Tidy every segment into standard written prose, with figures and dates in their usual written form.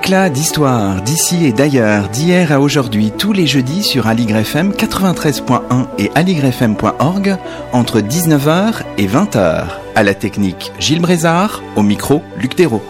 Éclat d'histoire d'ici et d'ailleurs, d'hier à aujourd'hui, tous les jeudis sur Aligre FM 93.1 et aligrefm.org entre 19h et 20h. À la technique, Gilles Brézard, au micro, Luc Dérault.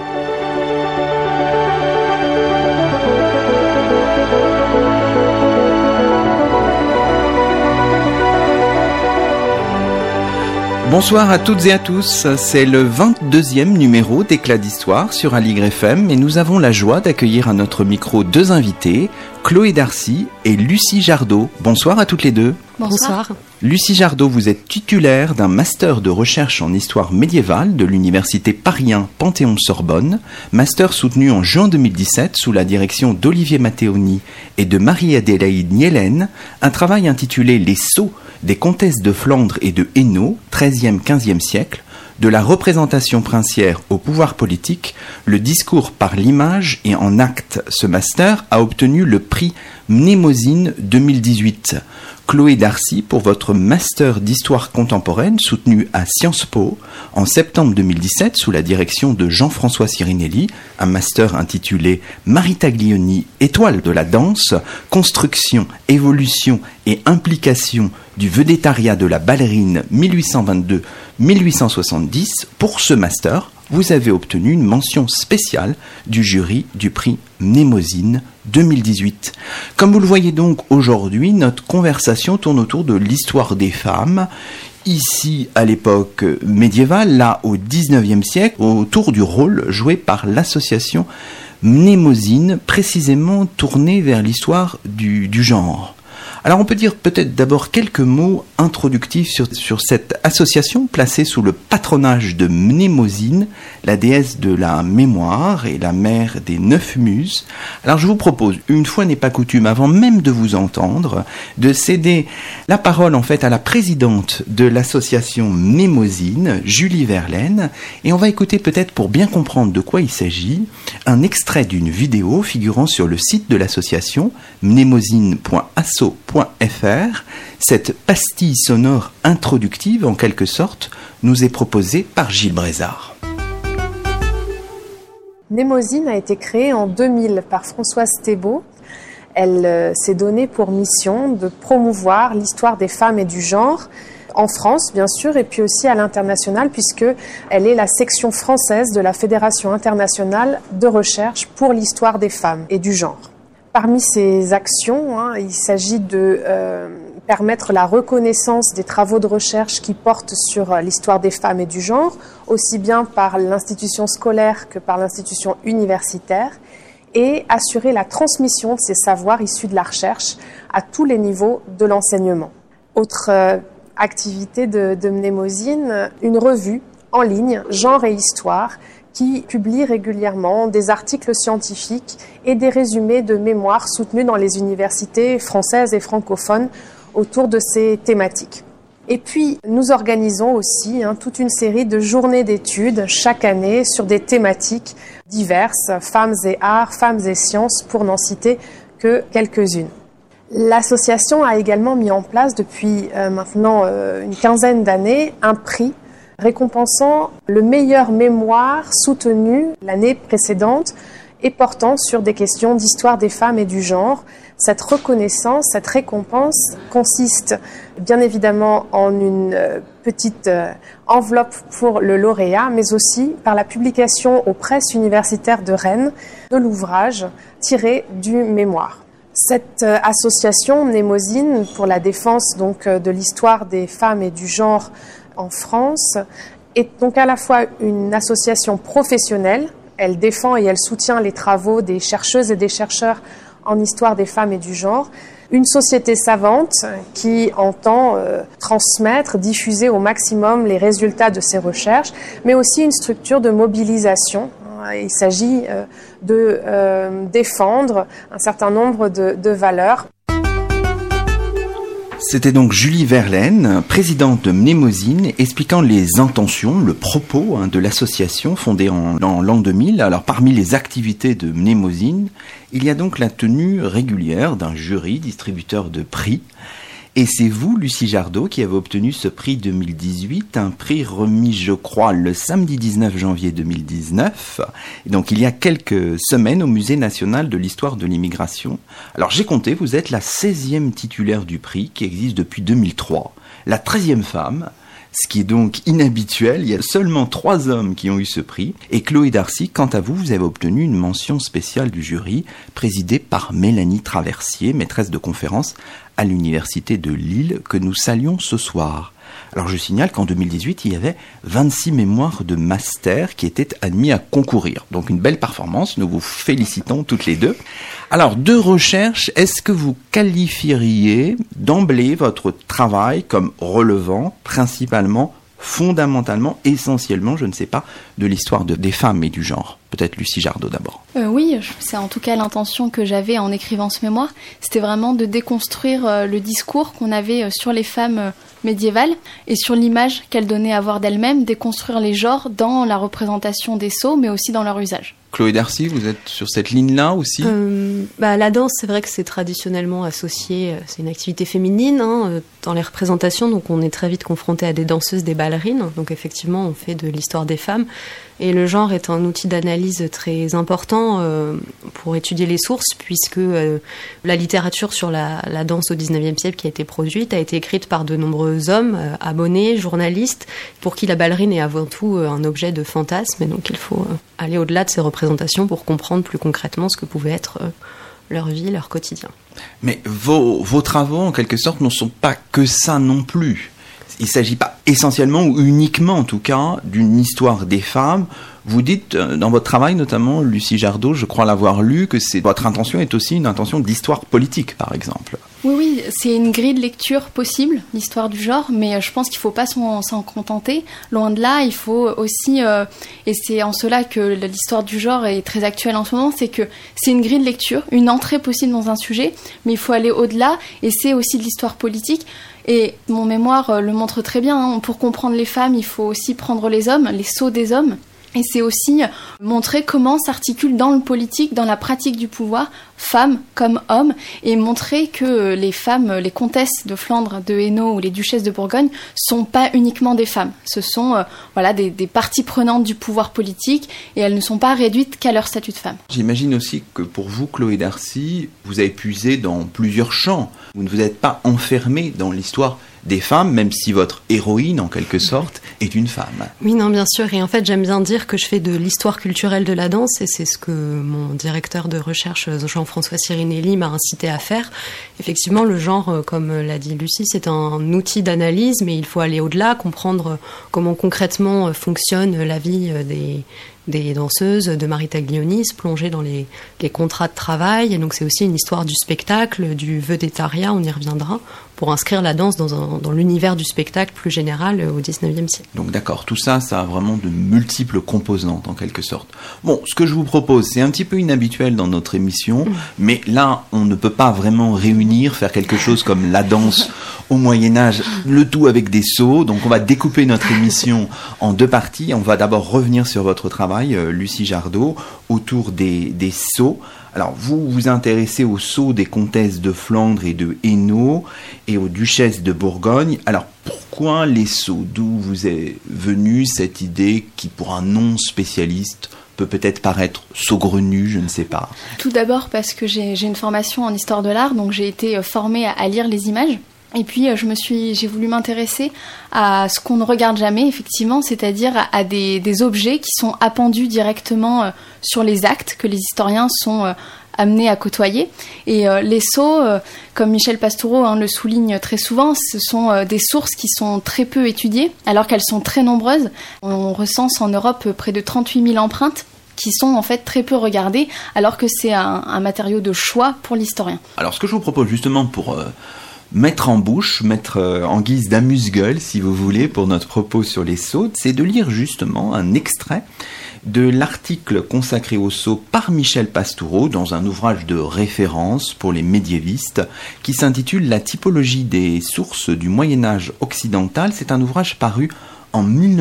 Bonsoir à toutes et à tous, c'est le 22e numéro d'Éclat d'Histoire sur Aligre FM et nous avons la joie d'accueillir à notre micro deux invités, Chloé Darcy et Lucie Jardot. Bonsoir à toutes les deux. Bonsoir. Lucie Jardot, vous êtes titulaire d'un master de recherche en histoire médiévale de l'université Paris 1 Panthéon-Sorbonne, master soutenu en juin 2017 sous la direction d'Olivier Matteoni et de Marie-Adélaïde Nielen, un travail intitulé « Les sceaux des comtesses de Flandre et de Hainaut, 13e-15e siècle, de la représentation princière au pouvoir politique, le discours par l'image et en actes ». Ce master a obtenu le prix Mnémosyne 2018. Chloé Darcy, pour votre master d'histoire contemporaine soutenu à Sciences Po en septembre 2017 sous la direction de Jean-François Sirinelli, un master intitulé Maritaglioni, étoile de la danse, construction, évolution et implication du vedettariat de la ballerine 1822-1870. Pour ce master, vous avez obtenu une mention spéciale du jury du prix Mnémosyne 2018. Comme vous le voyez donc aujourd'hui, notre conversation tourne autour de l'histoire des femmes, ici à l'époque médiévale, là au XIXe siècle, autour du rôle joué par l'association Mnémosyne, précisément tournée vers l'histoire du genre. Alors on peut dire peut-être d'abord quelques mots introductifs sur cette association placée sous le patronage de Mnémosyne, la déesse de la mémoire et la mère des 9 muses. Alors je vous propose, une fois n'est pas coutume, avant même de vous entendre, de céder la parole en fait à la présidente de l'association Mnémosyne, Julie Verlaine, et on va écouter peut-être pour bien comprendre de quoi il s'agit, un extrait d'une vidéo figurant sur le site de l'association mnemosyne.asso.fr. Cette pastille sonore introductive, en quelque sorte, nous est proposée par Gilles Brézard. Mnémosyne a été créée en 2000 par Françoise Thébault. Elle s'est donnée pour mission de promouvoir l'histoire des femmes et du genre en France, bien sûr, et puis aussi à l'international, puisqu'elle est la section française de la Fédération internationale de recherche pour l'histoire des femmes et du genre. Parmi ces actions, il s'agit de permettre la reconnaissance des travaux de recherche qui portent sur l'histoire des femmes et du genre, aussi bien par l'institution scolaire que par l'institution universitaire, et assurer la transmission de ces savoirs issus de la recherche à tous les niveaux de l'enseignement. Autre activité de Mnémosyne, une revue en ligne, Genre et Histoire, qui publie régulièrement des articles scientifiques et des résumés de mémoires soutenus dans les universités françaises et francophones autour de ces thématiques. Et puis, nous organisons aussi toute une série de journées d'études chaque année sur des thématiques diverses, femmes et arts, femmes et sciences, pour n'en citer que quelques-unes. L'association a également mis en place depuis maintenant une quinzaine d'années un prix récompensant le meilleur mémoire soutenu l'année précédente et portant sur des questions d'histoire des femmes et du genre. Cette reconnaissance, cette récompense consiste bien évidemment en une petite enveloppe pour le lauréat, mais aussi par la publication aux presses universitaires de Rennes de l'ouvrage tiré du mémoire. Cette association Mnémosyne pour la défense donc de l'histoire des femmes et du genre en France est donc à la fois une association professionnelle. Elle défend et elle soutient les travaux des chercheuses et des chercheurs en histoire des femmes et du genre. Une société savante qui entend transmettre, diffuser au maximum les résultats de ses recherches, mais aussi une structure de mobilisation. Il s'agit de défendre un certain nombre de valeurs. C'était donc Julie Verlaine, présidente de Mnémosyne, expliquant les intentions, le propos de l'association fondée en l'an 2000. Alors parmi les activités de Mnémosyne, il y a donc la tenue régulière d'un jury distributeur de prix. Et c'est vous, Lucie Jardot, qui avez obtenu ce prix 2018, un prix remis, je crois, le samedi 19 janvier 2019, et donc il y a quelques semaines au Musée national de l'histoire de l'immigration. Alors j'ai compté, vous êtes la 16e titulaire du prix, qui existe depuis 2003, la 13e femme, ce qui est donc inhabituel. Il y a seulement 3 hommes qui ont eu ce prix. Et Chloé Darcy, quant à vous, vous avez obtenu une mention spéciale du jury, présidée par Mélanie Traversier, maîtresse de conférence à l'Université de Lille, que nous saluons ce soir. Alors je signale qu'en 2018, il y avait 26 mémoires de master qui étaient admis à concourir. Donc une belle performance, nous vous félicitons toutes les deux. Alors, de recherche, est-ce que vous qualifieriez d'emblée votre travail comme relevant principalement, fondamentalement, essentiellement, je ne sais pas, de l'histoire des femmes et du genre? Peut-être Lucie Jardot d'abord. Oui, c'est en tout cas l'intention que j'avais en écrivant ce mémoire. C'était vraiment de déconstruire le discours qu'on avait sur les femmes médiévales et sur l'image qu'elles donnaient à voir d'elles-mêmes, déconstruire les genres dans la représentation des sceaux, mais aussi dans leur usage. Chloé Darcy, vous êtes sur cette ligne-là aussi? La danse, c'est vrai que c'est traditionnellement associé, c'est une activité féminine dans les représentations, donc on est très vite confronté à des danseuses, des ballerines, donc effectivement on fait de l'histoire des femmes. Et le genre est un outil d'analyse très important pour étudier les sources, puisque la littérature sur la danse au XIXe siècle qui a été produite a été écrite par de nombreux hommes, abonnés, journalistes, pour qui la ballerine est avant tout un objet de fantasme. Et donc il faut aller au-delà de ces représentations pour comprendre plus concrètement ce que pouvait être leur vie, leur quotidien. Mais vos travaux, en quelque sorte, ne sont pas que ça non plus. Il ne s'agit pas essentiellement ou uniquement, en tout cas, d'une histoire des femmes. Vous dites, dans votre travail, notamment, Lucie Jardot, je crois l'avoir lu, que votre intention est aussi une intention d'histoire politique, par exemple. Oui, c'est une grille de lecture possible, l'histoire du genre, mais je pense qu'il ne faut pas s'en contenter. Loin de là, il faut aussi, et c'est en cela que l'histoire du genre est très actuelle en ce moment, c'est que c'est une grille de lecture, une entrée possible dans un sujet, mais il faut aller au-delà, et c'est aussi de l'histoire politique. Et mon mémoire le montre très bien, pour comprendre les femmes, il faut aussi prendre les hommes, les sceaux des hommes. Et c'est aussi montrer comment s'articule dans le politique, dans la pratique du pouvoir, femmes comme hommes, et montrer que les femmes, les comtesses de Flandre, de Hainaut ou les duchesses de Bourgogne sont pas uniquement des femmes. Ce sont des parties prenantes du pouvoir politique, et elles ne sont pas réduites qu'à leur statut de femme. J'imagine aussi que pour vous, Chloé Darcy, vous avez puisé dans plusieurs champs. Vous ne vous êtes pas enfermée dans l'histoire des femmes, même si votre héroïne, en quelque sorte, est une femme. Oui, non, bien sûr. Et en fait, j'aime bien dire que je fais de l'histoire culturelle de la danse, et c'est ce que mon directeur de recherche, Jean-François Sirinelli, m'a incité à faire. Effectivement, le genre, comme l'a dit Lucie, c'est un outil d'analyse, mais il faut aller au-delà, comprendre comment concrètement fonctionne la vie des danseuses, de Marie Taglioni, se plonger dans les contrats de travail. Et donc c'est aussi une histoire du spectacle, du vedettariat, on y reviendra, pour inscrire la danse dans l'univers du spectacle plus général au XIXe siècle. Donc d'accord, tout ça, ça a vraiment de multiples composantes en quelque sorte. Bon, ce que je vous propose, c'est un petit peu inhabituel dans notre émission, mais là, on ne peut pas vraiment réunir, faire quelque chose comme la danse au Moyen-Âge, le tout avec des sceaux. Donc on va découper notre émission en 2 parties. On va d'abord revenir sur votre travail, Lucie Jardot, autour des sceaux. Alors, vous vous intéressez aux sceaux des comtesses de Flandre et de Hainaut et aux duchesses de Bourgogne. Alors, pourquoi les sceaux? D'où vous est venue cette idée qui, pour un non-spécialiste, peut-être paraître saugrenue, je ne sais pas? Tout d'abord parce que j'ai une formation en histoire de l'art, donc j'ai été formée à lire les images. Et puis j'ai voulu m'intéresser à ce qu'on ne regarde jamais, effectivement, c'est-à-dire à des objets qui sont appendus directement sur les actes que les historiens sont amenés à côtoyer. Et les sceaux, comme Michel Pastoureau le souligne très souvent, ce sont des sources qui sont très peu étudiées, alors qu'elles sont très nombreuses. On recense en Europe près de 38 000 empreintes qui sont en fait très peu regardées, alors que c'est un matériau de choix pour l'historien. Alors ce que je vous propose justement pour mettre en bouche, mettre en guise d'amuse-gueule, si vous voulez, pour notre propos sur les sceaux, c'est de lire justement un extrait de l'article consacré aux sceaux par Michel Pastoureau dans un ouvrage de référence pour les médiévistes qui s'intitule « La typologie des sources du Moyen-Âge occidental ». C'est un ouvrage paru en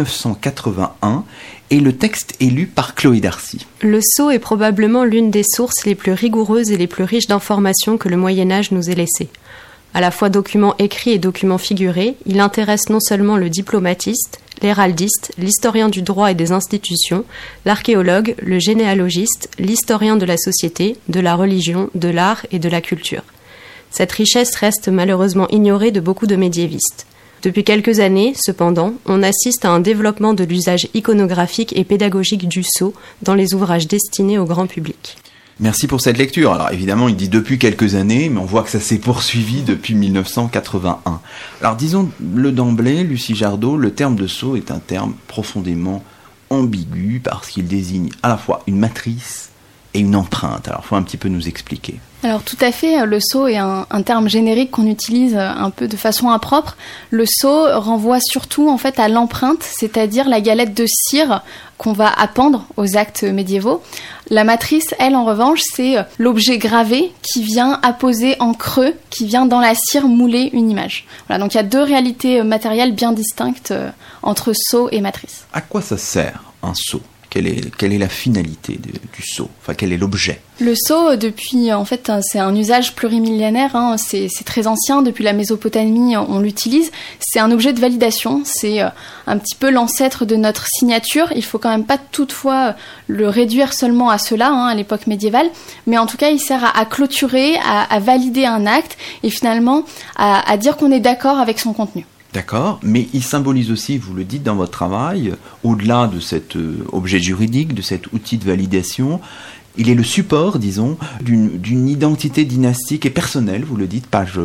1981 et le texte est lu par Chloé Darcy. Le sceau est probablement l'une des sources les plus rigoureuses et les plus riches d'informations que le Moyen-Âge nous ait laissées. À la fois document écrit et document figuré, il intéresse non seulement le diplomatiste, l'héraldiste, l'historien du droit et des institutions, l'archéologue, le généalogiste, l'historien de la société, de la religion, de l'art et de la culture. Cette richesse reste malheureusement ignorée de beaucoup de médiévistes. Depuis quelques années, cependant, on assiste à un développement de l'usage iconographique et pédagogique du sceau dans les ouvrages destinés au grand public. Merci pour cette lecture. Alors évidemment, il dit depuis quelques années, mais on voit que ça s'est poursuivi depuis 1981. Alors disons-le d'emblée, Lucie Jardot, le terme de sceau est un terme profondément ambigu parce qu'il désigne à la fois une matrice et une empreinte. Alors il faut un petit peu nous expliquer. Alors tout à fait, le sceau est un terme générique qu'on utilise un peu de façon impropre. Le sceau renvoie surtout en fait à l'empreinte, c'est-à-dire la galette de cire qu'on va appendre aux actes médiévaux. La matrice, elle, en revanche, c'est l'objet gravé qui vient apposer en creux, qui vient dans la cire mouler une image. Voilà, donc il y a deux réalités matérielles bien distinctes entre sceau et matrice. À quoi ça sert un sceau ? Quelle est la finalité du sceau ? Enfin, quel est l'objet ? Le sceau, depuis, en fait, c'est un usage plurimillénaire, c'est très ancien, depuis la Mésopotamie, on l'utilise. C'est un objet de validation, c'est un petit peu l'ancêtre de notre signature. Il faut quand même pas toutefois le réduire seulement à cela, à l'époque médiévale, mais en tout cas, il sert à clôturer, à valider un acte, et finalement, à dire qu'on est d'accord avec son contenu. D'accord, mais il symbolise aussi, vous le dites dans votre travail, au-delà de cet objet juridique, de cet outil de validation, il est le support, disons, d'une identité dynastique et personnelle, vous le dites, page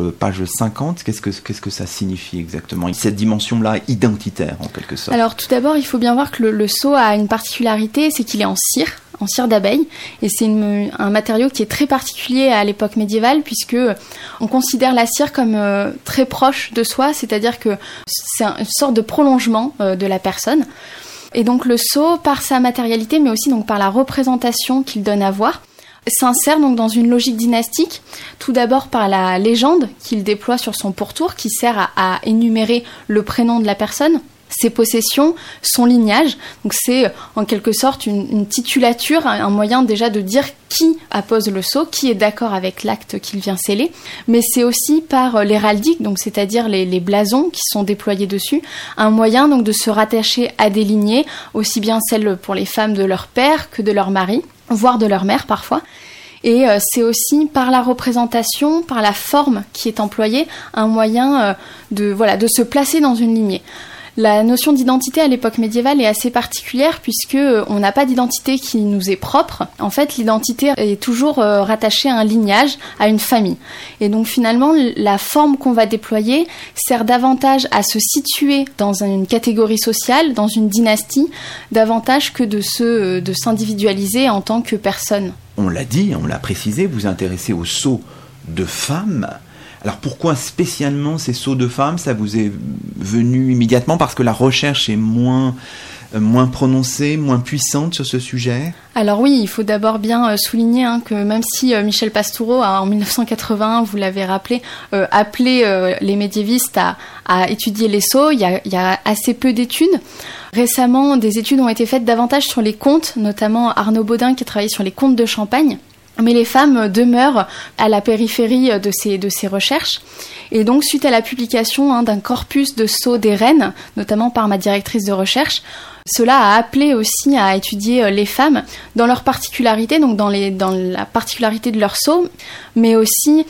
50. Qu'est-ce que ça signifie exactement, cette dimension-là identitaire, en quelque sorte ? Alors, tout d'abord, il faut bien voir que le sceau a une particularité, c'est qu'il est en cire d'abeille, et c'est un matériau qui est très particulier à l'époque médiévale, puisque on considère la cire comme très proche de soi, c'est-à-dire que c'est une sorte de prolongement de la personne. Et donc le sceau, par sa matérialité, mais aussi donc par la représentation qu'il donne à voir, s'insère donc dans une logique dynastique, tout d'abord par la légende qu'il déploie sur son pourtour, qui sert à énumérer le prénom de la personne, ses possessions, son lignage. Donc c'est en quelque sorte une titulature, un moyen déjà de dire qui appose le sceau, qui est d'accord avec l'acte qu'il vient sceller. Mais c'est aussi par l'héraldique, donc c'est-à-dire les blasons qui sont déployés dessus, un moyen donc de se rattacher à des lignées, aussi bien celles pour les femmes de leur père que de leur mari, voire de leur mère parfois. Et c'est aussi par la représentation, par la forme qui est employée, un moyen de se placer dans une lignée. La notion d'identité à l'époque médiévale est assez particulière puisque on n'a pas d'identité qui nous est propre. En fait, l'identité est toujours rattachée à un lignage, à une famille. Et donc finalement, la forme qu'on va déployer sert davantage à se situer dans une catégorie sociale, dans une dynastie, davantage que de s'individualiser en tant que personne. On l'a dit, on l'a précisé, vous vous intéressez aux sceaux de femmes. Alors pourquoi spécialement ces sceaux de femmes ? Ça vous est venu immédiatement parce que la recherche est moins prononcée, moins puissante sur ce sujet ? Alors oui, il faut d'abord bien souligner que même si Michel Pastoureau a en 1981, vous l'avez rappelé, appelé les médiévistes à étudier les sceaux, il y a assez peu d'études. Récemment, des études ont été faites davantage sur les contes, notamment Arnaud Baudin qui a travaillé sur les contes de Champagne. Mais les femmes demeurent à la périphérie de ces recherches. Et donc, suite à la publication d'un corpus de sceaux des reines, notamment par ma directrice de recherche, cela a appelé aussi à étudier les femmes dans leur particularité, donc dans la particularité de leurs sceaux, mais aussi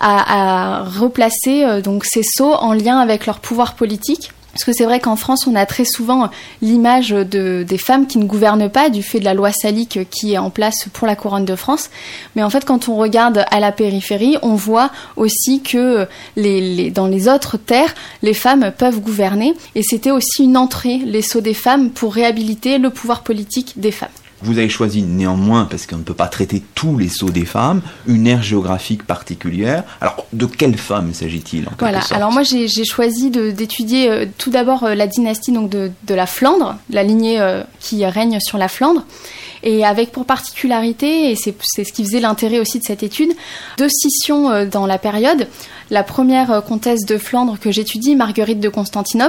à replacer donc ces sceaux en lien avec leur pouvoir politique. Parce que c'est vrai qu'en France, on a très souvent l'image des femmes qui ne gouvernent pas du fait de la loi salique qui est en place pour la couronne de France. Mais en fait, quand on regarde à la périphérie, on voit aussi que dans les autres terres, les femmes peuvent gouverner. Et c'était aussi une entrée, les sceaux des femmes, pour réhabiliter le pouvoir politique des femmes. Vous avez choisi néanmoins, parce qu'on ne peut pas traiter tous les sceaux des femmes, une aire géographique particulière. Alors, de quelle femme s'agit-il en quelque sorte ? Alors moi j'ai choisi d'étudier tout d'abord la dynastie donc de la Flandre, la lignée qui règne sur la Flandre, et avec pour particularité, et c'est ce qui faisait l'intérêt aussi de cette étude, 2 scissions dans la période. La première comtesse de Flandre que j'étudie, Marguerite de Constantinople,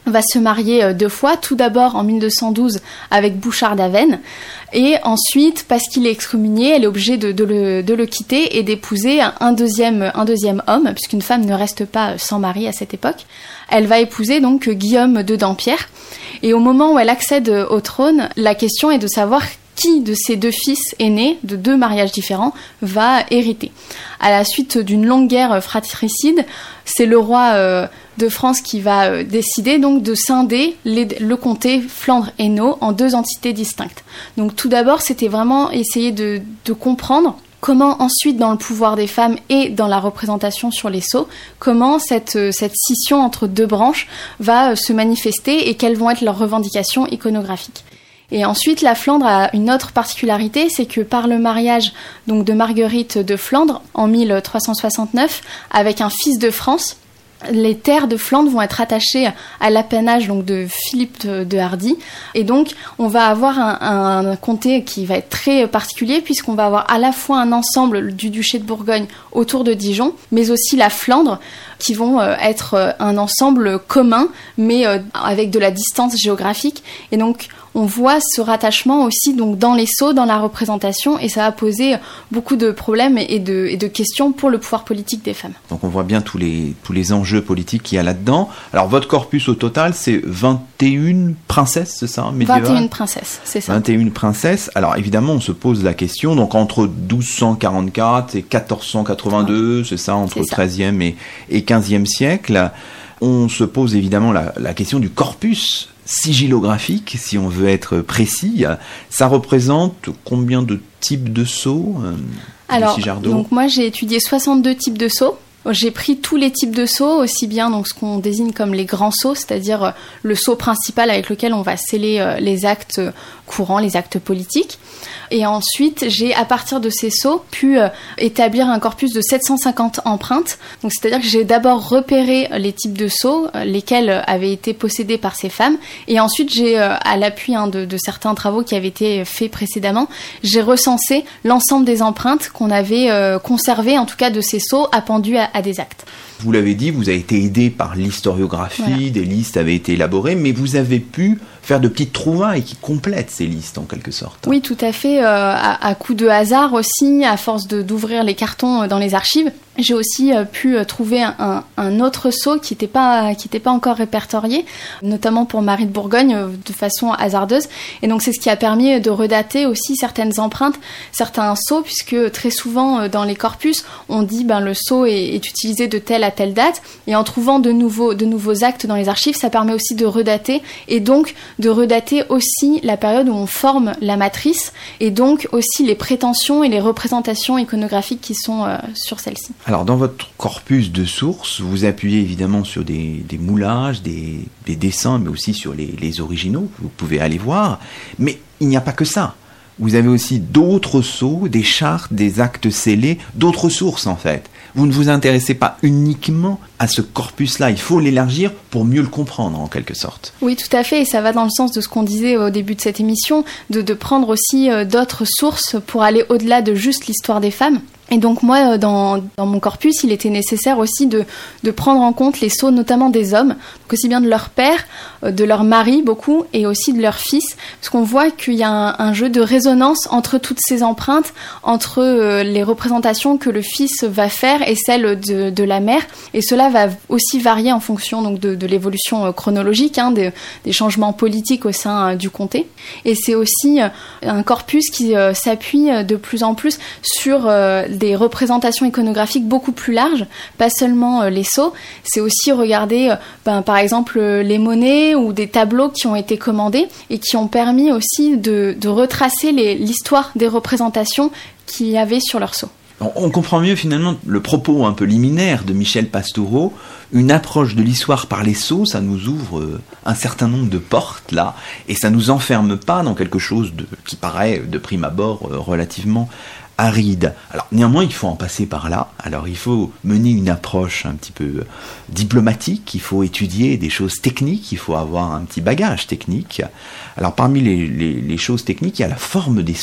va se marier 2 fois, tout d'abord en 1212 avec Bouchard d'Avesnes, et ensuite, parce qu'il est excommunié, elle est obligée de le quitter et d'épouser un deuxième homme, puisqu'une femme ne reste pas sans mari à cette époque. Elle va épouser donc Guillaume de Dampierre, et au moment où elle accède au trône, la question est de savoir qui de ses 2 fils aînés, de 2 mariages différents, va hériter. À la suite d'une longue guerre fratricide, c'est le roi de France qui va décider donc de scinder le comté Flandre-Hainaut en 2 entités distinctes. Donc tout d'abord, c'était vraiment essayer de comprendre comment ensuite, dans le pouvoir des femmes et dans la représentation sur les sceaux, comment cette scission entre 2 branches va se manifester et quelles vont être leurs revendications iconographiques. Et ensuite, la Flandre a une autre particularité, c'est que par le mariage donc de Marguerite de Flandre en 1369 avec un fils de France, les terres de Flandre vont être attachées à l'apanage donc de Philippe de Hardy, et donc on va avoir un comté qui va être très particulier, puisqu'on va avoir à la fois un ensemble du duché de Bourgogne autour de Dijon, mais aussi la Flandre, qui vont être un ensemble commun, mais avec de la distance géographique. Et donc on voit ce rattachement aussi donc dans les sceaux, dans la représentation, et ça va poser beaucoup de problèmes et de questions pour le pouvoir politique des femmes. Donc on voit bien tous les enjeux politiques qu'il y a là-dedans. Alors votre corpus au total, c'est 21 princesses, c'est ça, médiéval ? 21 princesses, c'est ça. 21 princesses. Alors évidemment, on se pose la question, donc entre 1244 et 1482, c'est ça, entre le 13e et 15e siècle, on se pose évidemment la question du corpus sigillographique, si on veut être précis. Ça représente combien de types de sceaux, Alors, Lucie Jardot ? donc moi j'ai étudié 62 types de sceaux. J'ai pris tous les types de sceaux, aussi bien donc ce qu'on désigne comme les grands sceaux, c'est-à-dire le sceau principal avec lequel on va sceller les actes courants, les actes politiques. Et ensuite, j'ai, à partir de ces sceaux, pu établir un corpus de 750 empreintes. Donc, c'est-à-dire que j'ai d'abord repéré les types de sceaux, lesquels avaient été possédés par ces femmes. Et ensuite, j'ai, à l'appui de certains travaux qui avaient été faits précédemment, j'ai recensé l'ensemble des empreintes qu'on avait conservées, en tout cas de ces sceaux, appendus à des actes. Vous l'avez dit, vous avez été aidé par l'historiographie, voilà. Des listes avaient été élaborées, mais vous avez pu faire de petites trouvailles qui complètent ces listes en quelque sorte. Oui, tout à fait, à coup de hasard aussi, à force d'ouvrir les cartons dans les archives. J'ai aussi pu trouver un autre sceau qui n'était pas encore répertorié, notamment pour Marie de Bourgogne, de façon hasardeuse. Et donc c'est ce qui a permis de redater aussi certaines empreintes, certains sceaux, puisque très souvent dans les corpus, on dit le sceau est utilisé de telle à telle date. Et en trouvant de nouveaux actes dans les archives, ça permet aussi de redater, et donc de redater aussi la période où on forme la matrice, et donc aussi les prétentions et les représentations iconographiques qui sont sur celle-ci. Alors, dans votre corpus de sources, vous appuyez évidemment sur des moulages, des dessins, mais aussi sur les originaux, vous pouvez aller voir. Mais il n'y a pas que ça. Vous avez aussi d'autres sceaux, des chartes, des actes scellés, d'autres sources en fait. Vous ne vous intéressez pas uniquement à ce corpus-là, il faut l'élargir pour mieux le comprendre en quelque sorte. Oui, tout à fait, et ça va dans le sens de ce qu'on disait au début de cette émission, de prendre aussi d'autres sources pour aller au-delà de juste l'histoire des femmes. Et donc moi, dans mon corpus, il était nécessaire aussi de prendre en compte les sceaux, notamment des hommes, donc aussi bien de leur père, de leur mari beaucoup, et aussi de leur fils, parce qu'on voit qu'il y a un jeu de résonance entre toutes ces empreintes, entre les représentations que le fils va faire et celles de la mère, et cela va aussi varier en fonction donc de l'évolution chronologique, des changements politiques au sein du comté. Et c'est aussi un corpus qui s'appuie de plus en plus sur des représentations iconographiques beaucoup plus larges, pas seulement les sceaux, c'est aussi regarder par exemple les monnaies ou des tableaux qui ont été commandés et qui ont permis aussi de retracer l'histoire des représentations qu'il y avait sur leurs sceaux. On comprend mieux finalement le propos un peu liminaire de Michel Pastoureau. Une approche de l'histoire par les sceaux, ça nous ouvre un certain nombre de portes là, et ça nous enferme pas dans quelque chose qui paraît de prime abord relativement aride. Alors néanmoins il faut en passer par là, alors il faut mener une approche un petit peu diplomatique, il faut étudier des choses techniques, il faut avoir un petit bagage technique. Alors parmi les choses techniques, il y a la forme des sceaux,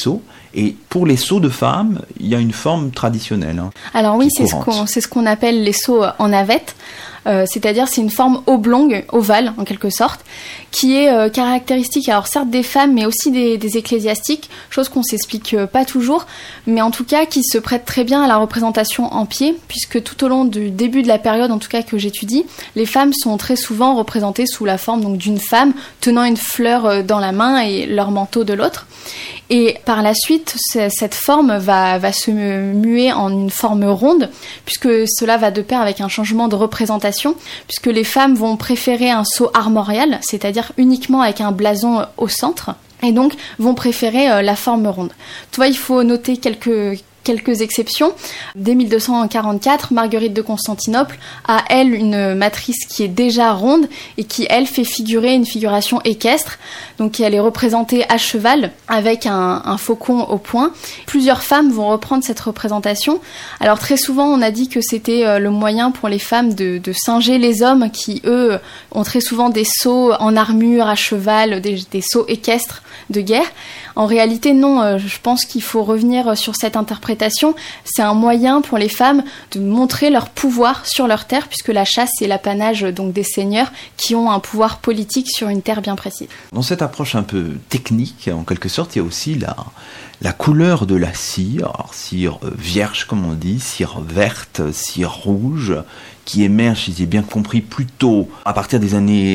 Et pour les seaux de femmes, il y a une forme traditionnelle. Alors oui, c'est ce qu'on appelle les seaux en navette. C'est-à-dire c'est une forme oblongue, ovale en quelque sorte, qui est caractéristique, alors certes des femmes, mais aussi des ecclésiastiques, chose qu'on s'explique pas toujours, mais en tout cas qui se prête très bien à la représentation en pied, puisque tout au long du début de la période, en tout cas que j'étudie, les femmes sont très souvent représentées sous la forme donc d'une femme tenant une fleur dans la main et leur manteau de l'autre. Et par la suite, cette forme va se muer en une forme ronde, puisque cela va de pair avec un changement de représentation, puisque les femmes vont préférer un sceau armorial, c'est-à-dire uniquement avec un blason au centre, et donc vont préférer la forme ronde. Tu vois, il faut noter quelques exceptions. Dès 1244, Marguerite de Constantinople a, elle, une matrice qui est déjà ronde et qui, elle, fait figurer une figuration équestre. Donc, elle est représentée à cheval avec un faucon au poing. Plusieurs femmes vont reprendre cette représentation. Alors, très souvent, on a dit que c'était le moyen pour les femmes de singer les hommes qui, eux, ont très souvent des sceaux en armure, à cheval, des sceaux équestres de guerre. En réalité, non, je pense qu'il faut revenir sur cette interprétation. C'est un moyen pour les femmes de montrer leur pouvoir sur leur terre, puisque la chasse est l'apanage donc des seigneurs qui ont un pouvoir politique sur une terre bien précise. Dans cette approche un peu technique, en quelque sorte, il y a aussi la couleur de la cire, alors cire vierge comme on dit, cire verte, cire rouge, qui émerge, si j'ai bien compris, plutôt à partir des années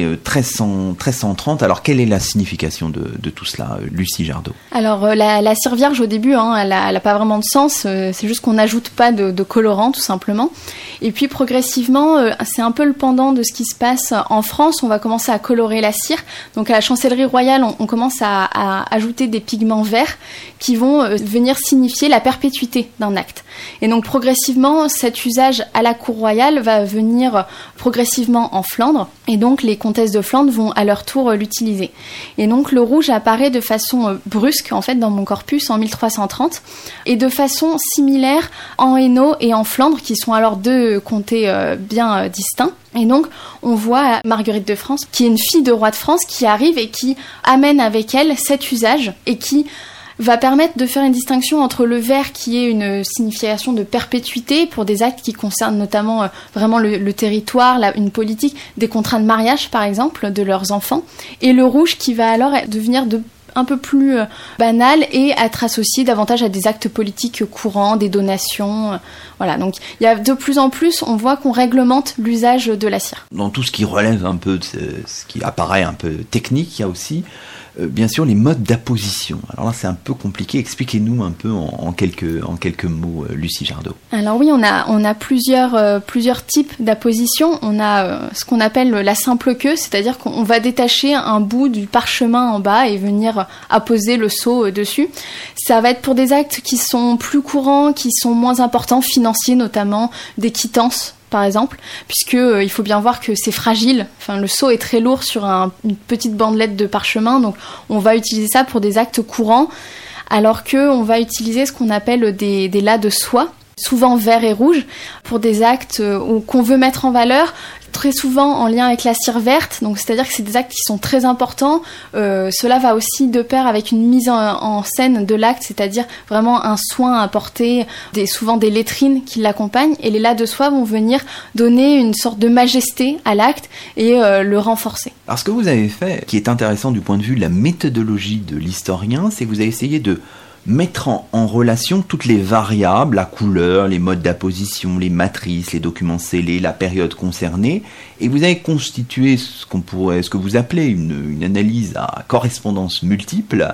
1330. Alors, quelle est la signification de tout cela, Lucie Jardot ? Alors, la cire vierge, au début, elle a pas vraiment de sens. C'est juste qu'on n'ajoute pas de colorant, tout simplement. Et puis, progressivement, c'est un peu le pendant de ce qui se passe en France. On va commencer à colorer la cire. Donc, à la chancellerie royale, on commence à ajouter des pigments verts qui vont venir signifier la perpétuité d'un acte. Et donc, progressivement, cet usage à la cour royale va venir progressivement en Flandre, et donc les comtesses de Flandre vont à leur tour l'utiliser. Et donc le rouge apparaît de façon brusque en fait dans mon corpus en 1330, et de façon similaire en Hainaut et en Flandre, qui sont alors deux comtés bien distincts. Et donc, on voit Marguerite de France, qui est une fille de roi de France, qui arrive et qui amène avec elle cet usage, et qui va permettre de faire une distinction entre le vert qui est une signification de perpétuité pour des actes qui concernent notamment vraiment le territoire, une politique, des contrats de mariage par exemple de leurs enfants, et le rouge qui va alors devenir un peu plus banal et être associé davantage à des actes politiques courants, des donations. Voilà, donc il y a de plus en plus, on voit qu'on réglemente l'usage de la cire. Dans tout ce qui relève un peu de ce qui apparaît un peu technique, il y a aussi bien sûr les modes d'apposition. Alors là c'est un peu compliqué, expliquez-nous un peu en quelques mots, Lucie Jardot. Alors oui, on a plusieurs types d'apposition. On a ce qu'on appelle la simple queue, c'est-à-dire qu'on va détacher un bout du parchemin en bas et venir apposer le sceau dessus. Ça va être pour des actes qui sont plus courants, qui sont moins importants, financiers notamment, des quittances par exemple, puisque il faut bien voir que c'est fragile. Enfin, le sceau est très lourd sur une petite bandelette de parchemin, donc on va utiliser ça pour des actes courants, alors que on va utiliser ce qu'on appelle des lacs de soie, souvent vert et rouge, pour des actes qu'on veut mettre en valeur, très souvent en lien avec la cire verte, donc c'est-à-dire que c'est des actes qui sont très importants. Cela va aussi de pair avec une mise en scène de l'acte, c'est-à-dire vraiment un soin apporté, souvent des lettrines qui l'accompagnent, et les lacs de soie vont venir donner une sorte de majesté à l'acte et le renforcer. Alors ce que vous avez fait, qui est intéressant du point de vue de la méthodologie de l'historien, c'est que vous avez essayé de mettre en relation toutes les variables, la couleur, les modes d'apposition, les matrices, les documents scellés, la période concernée, et vous avez constitué ce que vous appelez une analyse à correspondance multiple.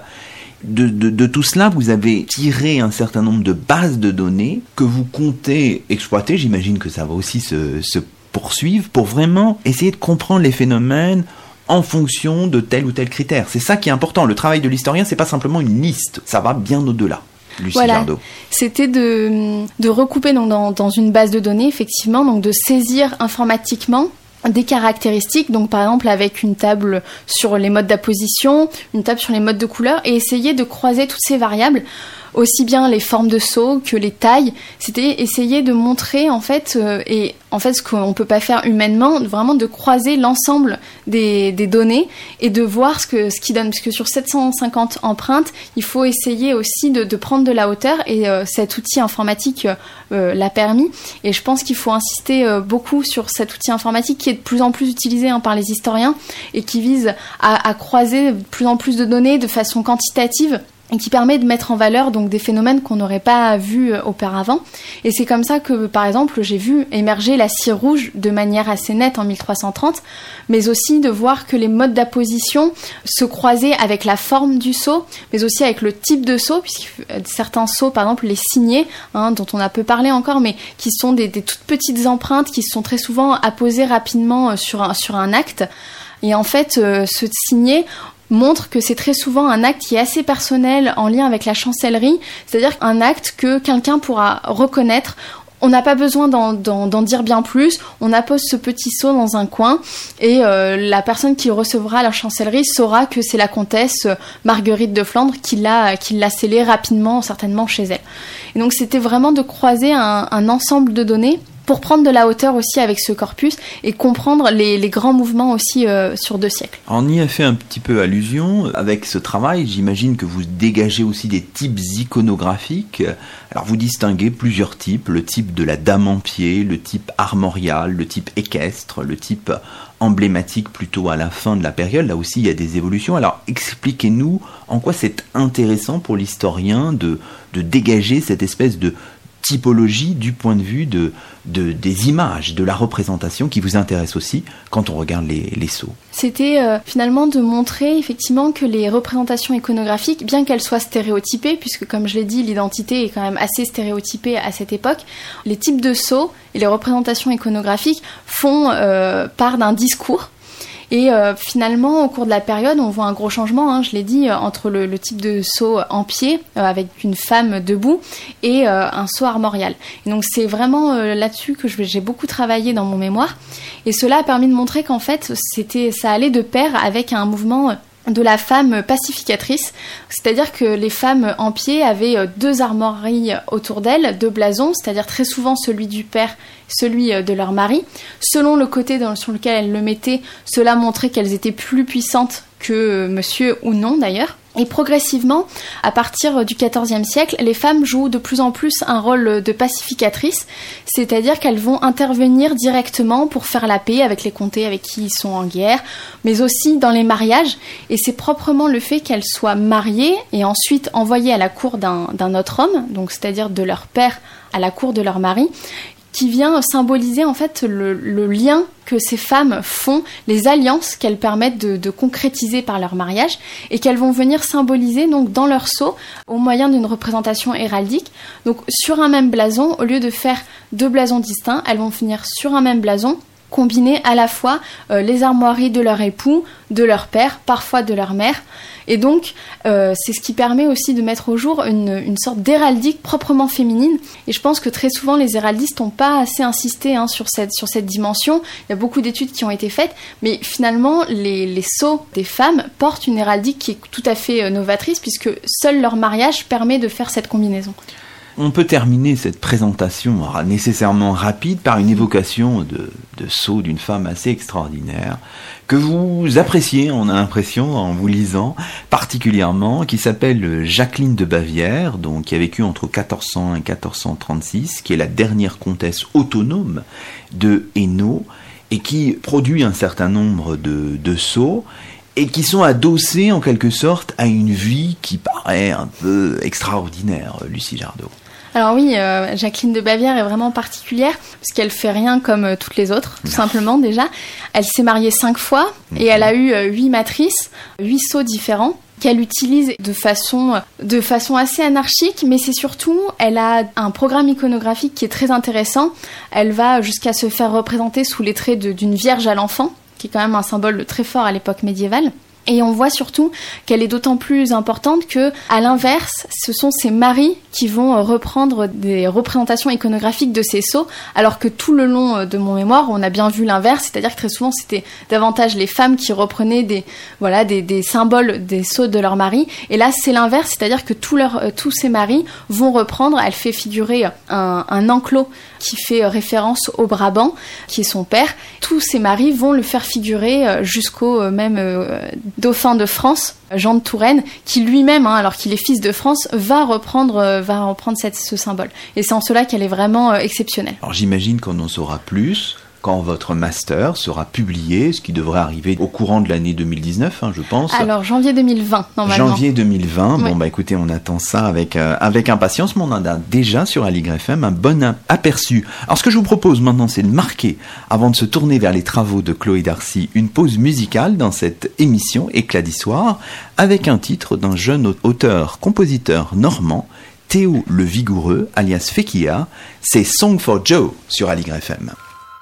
De tout cela, vous avez tiré un certain nombre de bases de données que vous comptez exploiter. J'imagine que ça va aussi se poursuivre pour vraiment essayer de comprendre les phénomènes en fonction de tel ou tel critère. C'est ça qui est important. Le travail de l'historien, c'est pas simplement une liste. Ça va bien au-delà. Lucie Jardot. C'était de recouper donc, dans une base de données, effectivement, donc de saisir informatiquement des caractéristiques, donc par exemple avec une table sur les modes d'apposition, une table sur les modes de couleur, et essayer de croiser toutes ces variables aussi bien les formes de seaux que les tailles. C'était essayer de montrer en fait, et en fait ce qu'on peut pas faire humainement, vraiment de croiser l'ensemble des données et de voir ce qui donne. Parce que sur 750 empreintes, il faut essayer aussi de prendre de la hauteur, et cet outil informatique l'a permis. Et je pense qu'il faut insister beaucoup sur cet outil informatique qui est de plus en plus utilisé par les historiens et qui vise à croiser de plus en plus de données de façon quantitative, et qui permet de mettre en valeur donc des phénomènes qu'on n'aurait pas vus auparavant. Et c'est comme ça que, par exemple, j'ai vu émerger la cire rouge de manière assez nette en 1330, mais aussi de voir que les modes d'apposition se croisaient avec la forme du sceau, mais aussi avec le type de sceau, puisque certains sceaux, par exemple les signets, dont on a peu parlé encore, mais qui sont des toutes petites empreintes qui sont très souvent apposées rapidement sur un acte. Et en fait, ce signet montre que c'est très souvent un acte qui est assez personnel, en lien avec la chancellerie, c'est-à-dire un acte que quelqu'un pourra reconnaître. On n'a pas besoin d'en dire bien plus, on appose ce petit sceau dans un coin, et la personne qui recevra la chancellerie saura que c'est la comtesse Marguerite de Flandre qui l'a scellé rapidement, certainement chez elle. Et donc c'était vraiment de croiser un ensemble de données pour prendre de la hauteur aussi avec ce corpus et comprendre les grands mouvements aussi sur 2 siècles. On y a fait un petit peu allusion. Avec ce travail, j'imagine que vous dégagez aussi des types iconographiques. Alors vous distinguez plusieurs types, le type de la dame en pied, le type armorial, le type équestre, le type emblématique plutôt à la fin de la période. Là aussi, il y a des évolutions. Alors expliquez-nous en quoi c'est intéressant pour l'historien de dégager cette espèce de typologie du point de vue des images, de la représentation qui vous intéresse aussi quand on regarde les sceaux. C'était finalement de montrer effectivement que les représentations iconographiques, bien qu'elles soient stéréotypées, puisque comme je l'ai dit, l'identité est quand même assez stéréotypée à cette époque, les types de sceaux et les représentations iconographiques font part d'un discours. Et finalement, au cours de la période, on voit un gros changement, je l'ai dit, entre le type de sceau en pied, avec une femme debout, et un sceau armorial. Et donc c'est vraiment là-dessus que j'ai beaucoup travaillé dans mon mémoire. Et cela a permis de montrer qu'en fait, ça allait de pair avec un mouvement de la femme pacificatrice, c'est-à-dire que les femmes en pied avaient 2 armoiries autour d'elles, 2 blasons, c'est-à-dire très souvent celui du père, celui de leur mari. Selon le côté sur lequel elles le mettaient, cela montrait qu'elles étaient plus puissantes que monsieur ou non d'ailleurs. Et progressivement, à partir du XIVe siècle, les femmes jouent de plus en plus un rôle de pacificatrice, c'est-à-dire qu'elles vont intervenir directement pour faire la paix avec les comtés avec qui ils sont en guerre, mais aussi dans les mariages. Et c'est proprement le fait qu'elles soient mariées et ensuite envoyées à la cour d'un autre homme, donc c'est-à-dire de leur père à la cour de leur mari, qui vient symboliser en fait le lien que ces femmes font, les alliances qu'elles permettent de concrétiser par leur mariage, et qu'elles vont venir symboliser donc dans leur sceau au moyen d'une représentation héraldique. Donc sur un même blason, au lieu de faire 2 blasons distincts, elles vont finir sur un même blason, combiner à la fois les armoiries de leur époux, de leur père, parfois de leur mère. Et donc, c'est ce qui permet aussi de mettre au jour une sorte d'héraldique proprement féminine. Et je pense que très souvent, les héraldistes n'ont pas assez insisté sur cette dimension. Il y a beaucoup d'études qui ont été faites, mais finalement, les sceaux des femmes portent une héraldique qui est tout à fait novatrice, puisque seul leur mariage permet de faire cette combinaison. On peut terminer cette présentation nécessairement rapide par une évocation de sceau d'une femme assez extraordinaire que vous appréciez, on a l'impression, en vous lisant particulièrement, qui s'appelle Jacqueline de Bavière, donc qui a vécu entre 1400 et 1436, qui est la dernière comtesse autonome de Hainaut et qui produit un certain nombre de sceaux et qui sont adossés en quelque sorte à une vie qui paraît un peu extraordinaire, Lucie Jardot. Alors oui, Jacqueline de Bavière est vraiment particulière parce qu'elle fait rien comme toutes les autres, tout simplement déjà. Elle s'est mariée 5 fois et elle a eu 8 matrices, 8 sceaux différents qu'elle utilise de façon assez anarchique, mais c'est surtout, elle a un programme iconographique qui est très intéressant. Elle va jusqu'à se faire représenter sous les traits d'une vierge à l'enfant, qui est quand même un symbole très fort à l'époque médiévale. Et on voit surtout qu'elle est d'autant plus importante que, à l'inverse, ce sont ses maris qui vont reprendre des représentations iconographiques de ces sceaux, alors que tout le long de mon mémoire, on a bien vu l'inverse, c'est-à-dire que très souvent, c'était davantage les femmes qui reprenaient des symboles des sceaux de leur mari. Et là, c'est l'inverse, c'est-à-dire que tous ces maris vont reprendre. Elle fait figurer un enclos qui fait référence au Brabant, qui est son père. Tous ces maris vont le faire figurer jusqu'au même dauphin de France, Jean de Touraine, qui lui-même, alors qu'il est fils de France, va reprendre ce symbole. Et c'est en cela qu'elle est vraiment exceptionnelle. Alors j'imagine qu'on en saura plus quand votre master sera publié, ce qui devrait arriver au courant de l'année 2019, je pense. Alors, janvier 2020, normalement. Janvier 2020. Oui. Bon, écoutez, on attend ça avec impatience, mais on en a déjà sur Aligre FM un bon aperçu. Alors, ce que je vous propose maintenant, c'est de marquer, avant de se tourner vers les travaux de Chloé Darcy, une pause musicale dans cette émission Éclat d'Histoire, avec un titre d'un jeune auteur-compositeur normand, Théo le Vigoureux, alias Fekia. C'est Song for Joe sur Aligre FM.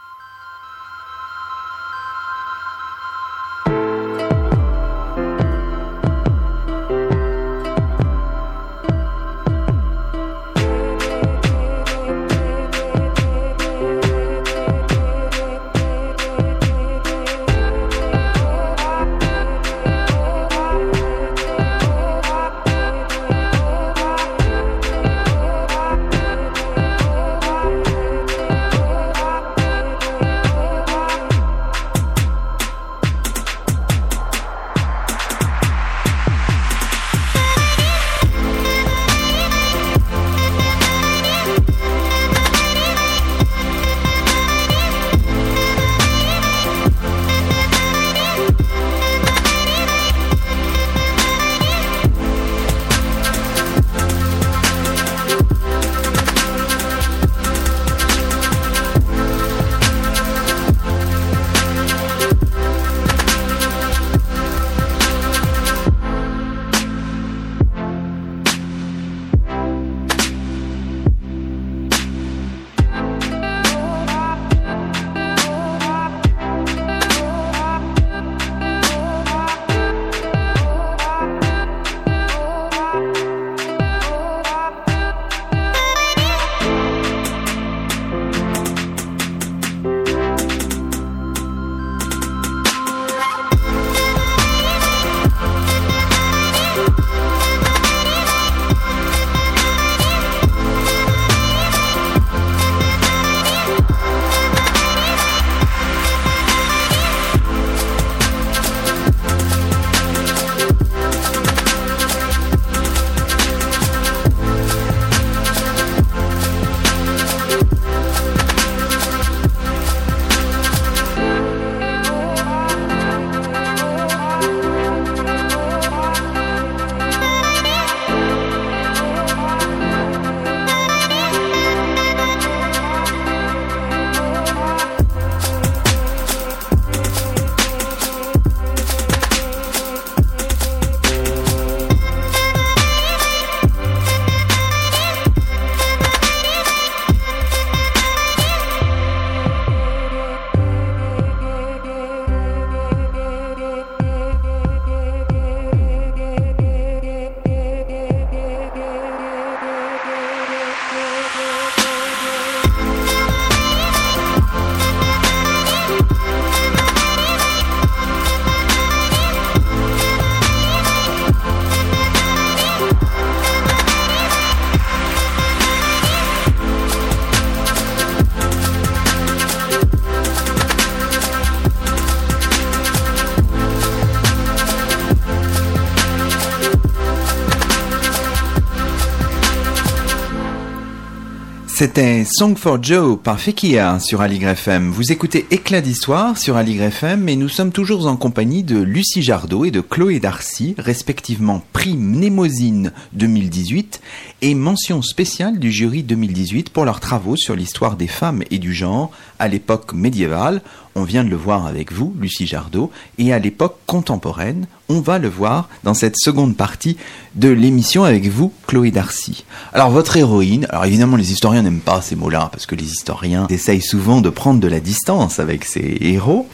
C'était Song for Joe par Fekia sur Aligre FM. Vous écoutez Éclat d'Histoire sur Aligre FM et nous sommes toujours en compagnie de Lucie Jardot et de Chloé Darcy, respectivement prix Mnémosyne 2018 et mention spéciale du jury 2018 pour leurs travaux sur l'histoire des femmes et du genre à l'époque médiévale. On vient de le voir avec vous, Lucie Jardot, et à l'époque contemporaine, on va le voir dans cette seconde partie de l'émission avec vous, Chloé Darcy. Alors votre héroïne, alors évidemment les historiens n'aiment pas ces mots-là, parce que les historiens essayent souvent de prendre de la distance avec ces héros.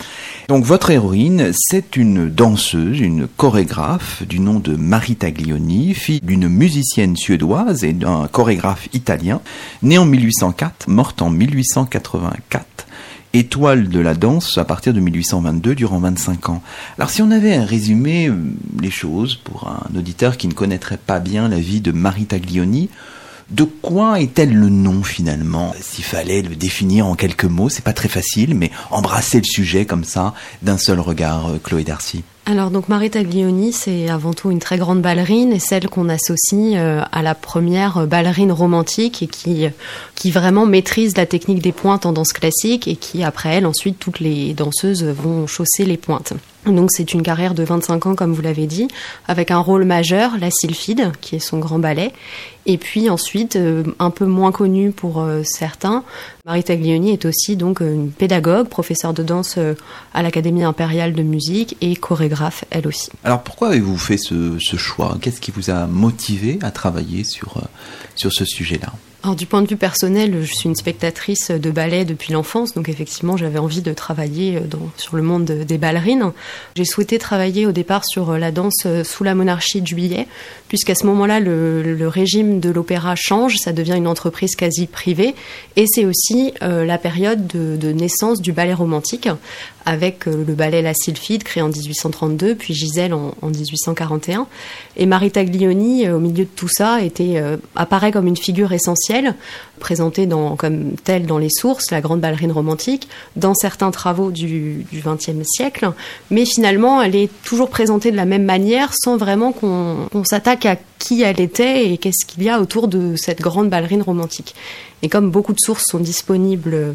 Donc votre héroïne, c'est une danseuse, une chorégraphe du nom de Marie Taglioni, fille d'une musicienne suédoise et d'un chorégraphe italien, née en 1804, morte en 1884. Étoile de la danse à partir de 1822 durant 25 ans. Alors si on avait à résumer les choses pour un auditeur qui ne connaîtrait pas bien la vie de Marie Taglioni, de quoi est-elle le nom finalement? S'il fallait le définir en quelques mots, c'est pas très facile, mais embrasser le sujet comme ça d'un seul regard, Chloé Darcy. Alors donc Marie Taglioni, c'est avant tout une très grande ballerine et celle qu'on associe à la première ballerine romantique et qui vraiment maîtrise la technique des pointes en danse classique et qui après elle ensuite toutes les danseuses vont chausser les pointes. Donc c'est une carrière de 25 ans comme vous l'avez dit, avec un rôle majeur, la Sylphide, qui est son grand ballet. Et puis ensuite, un peu moins connue pour certains, Marie Taglioni est aussi donc une pédagogue, professeure de danse à l'Académie impériale de musique et chorégraphe elle aussi. Alors pourquoi avez-vous fait ce choix? Qu'est-ce qui vous a motivé à travailler sur ce sujet-là? Alors, du point de vue personnel, je suis une spectatrice de ballet depuis l'enfance, donc effectivement j'avais envie de travailler sur le monde des ballerines. J'ai souhaité travailler au départ sur la danse sous la monarchie de Juillet, puisqu'à ce moment-là le régime de l'opéra change, ça devient une entreprise quasi privée, et c'est aussi la période de naissance du ballet romantique, avec le ballet La Sylphide créé en 1832, puis Giselle en 1841. Et Marie Taglioni, au milieu de tout ça, apparaît comme une figure essentielle, présentée comme telle dans les sources, la grande ballerine romantique, dans certains travaux du XXe siècle. Mais finalement, elle est toujours présentée de la même manière, sans vraiment qu'on s'attaque à qui elle était et qu'est-ce qu'il y a autour de cette grande ballerine romantique. Et comme beaucoup de sources sont disponibles,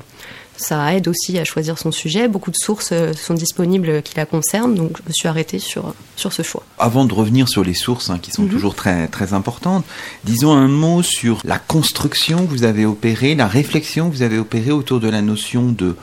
ça aide aussi à choisir son sujet. Beaucoup de sources sont disponibles qui la concernent, donc je me suis arrêtée sur ce choix. Avant de revenir sur les sources, qui sont toujours très, très importantes, disons un mot sur la construction que vous avez opérée, la réflexion que vous avez opérée autour de la notion de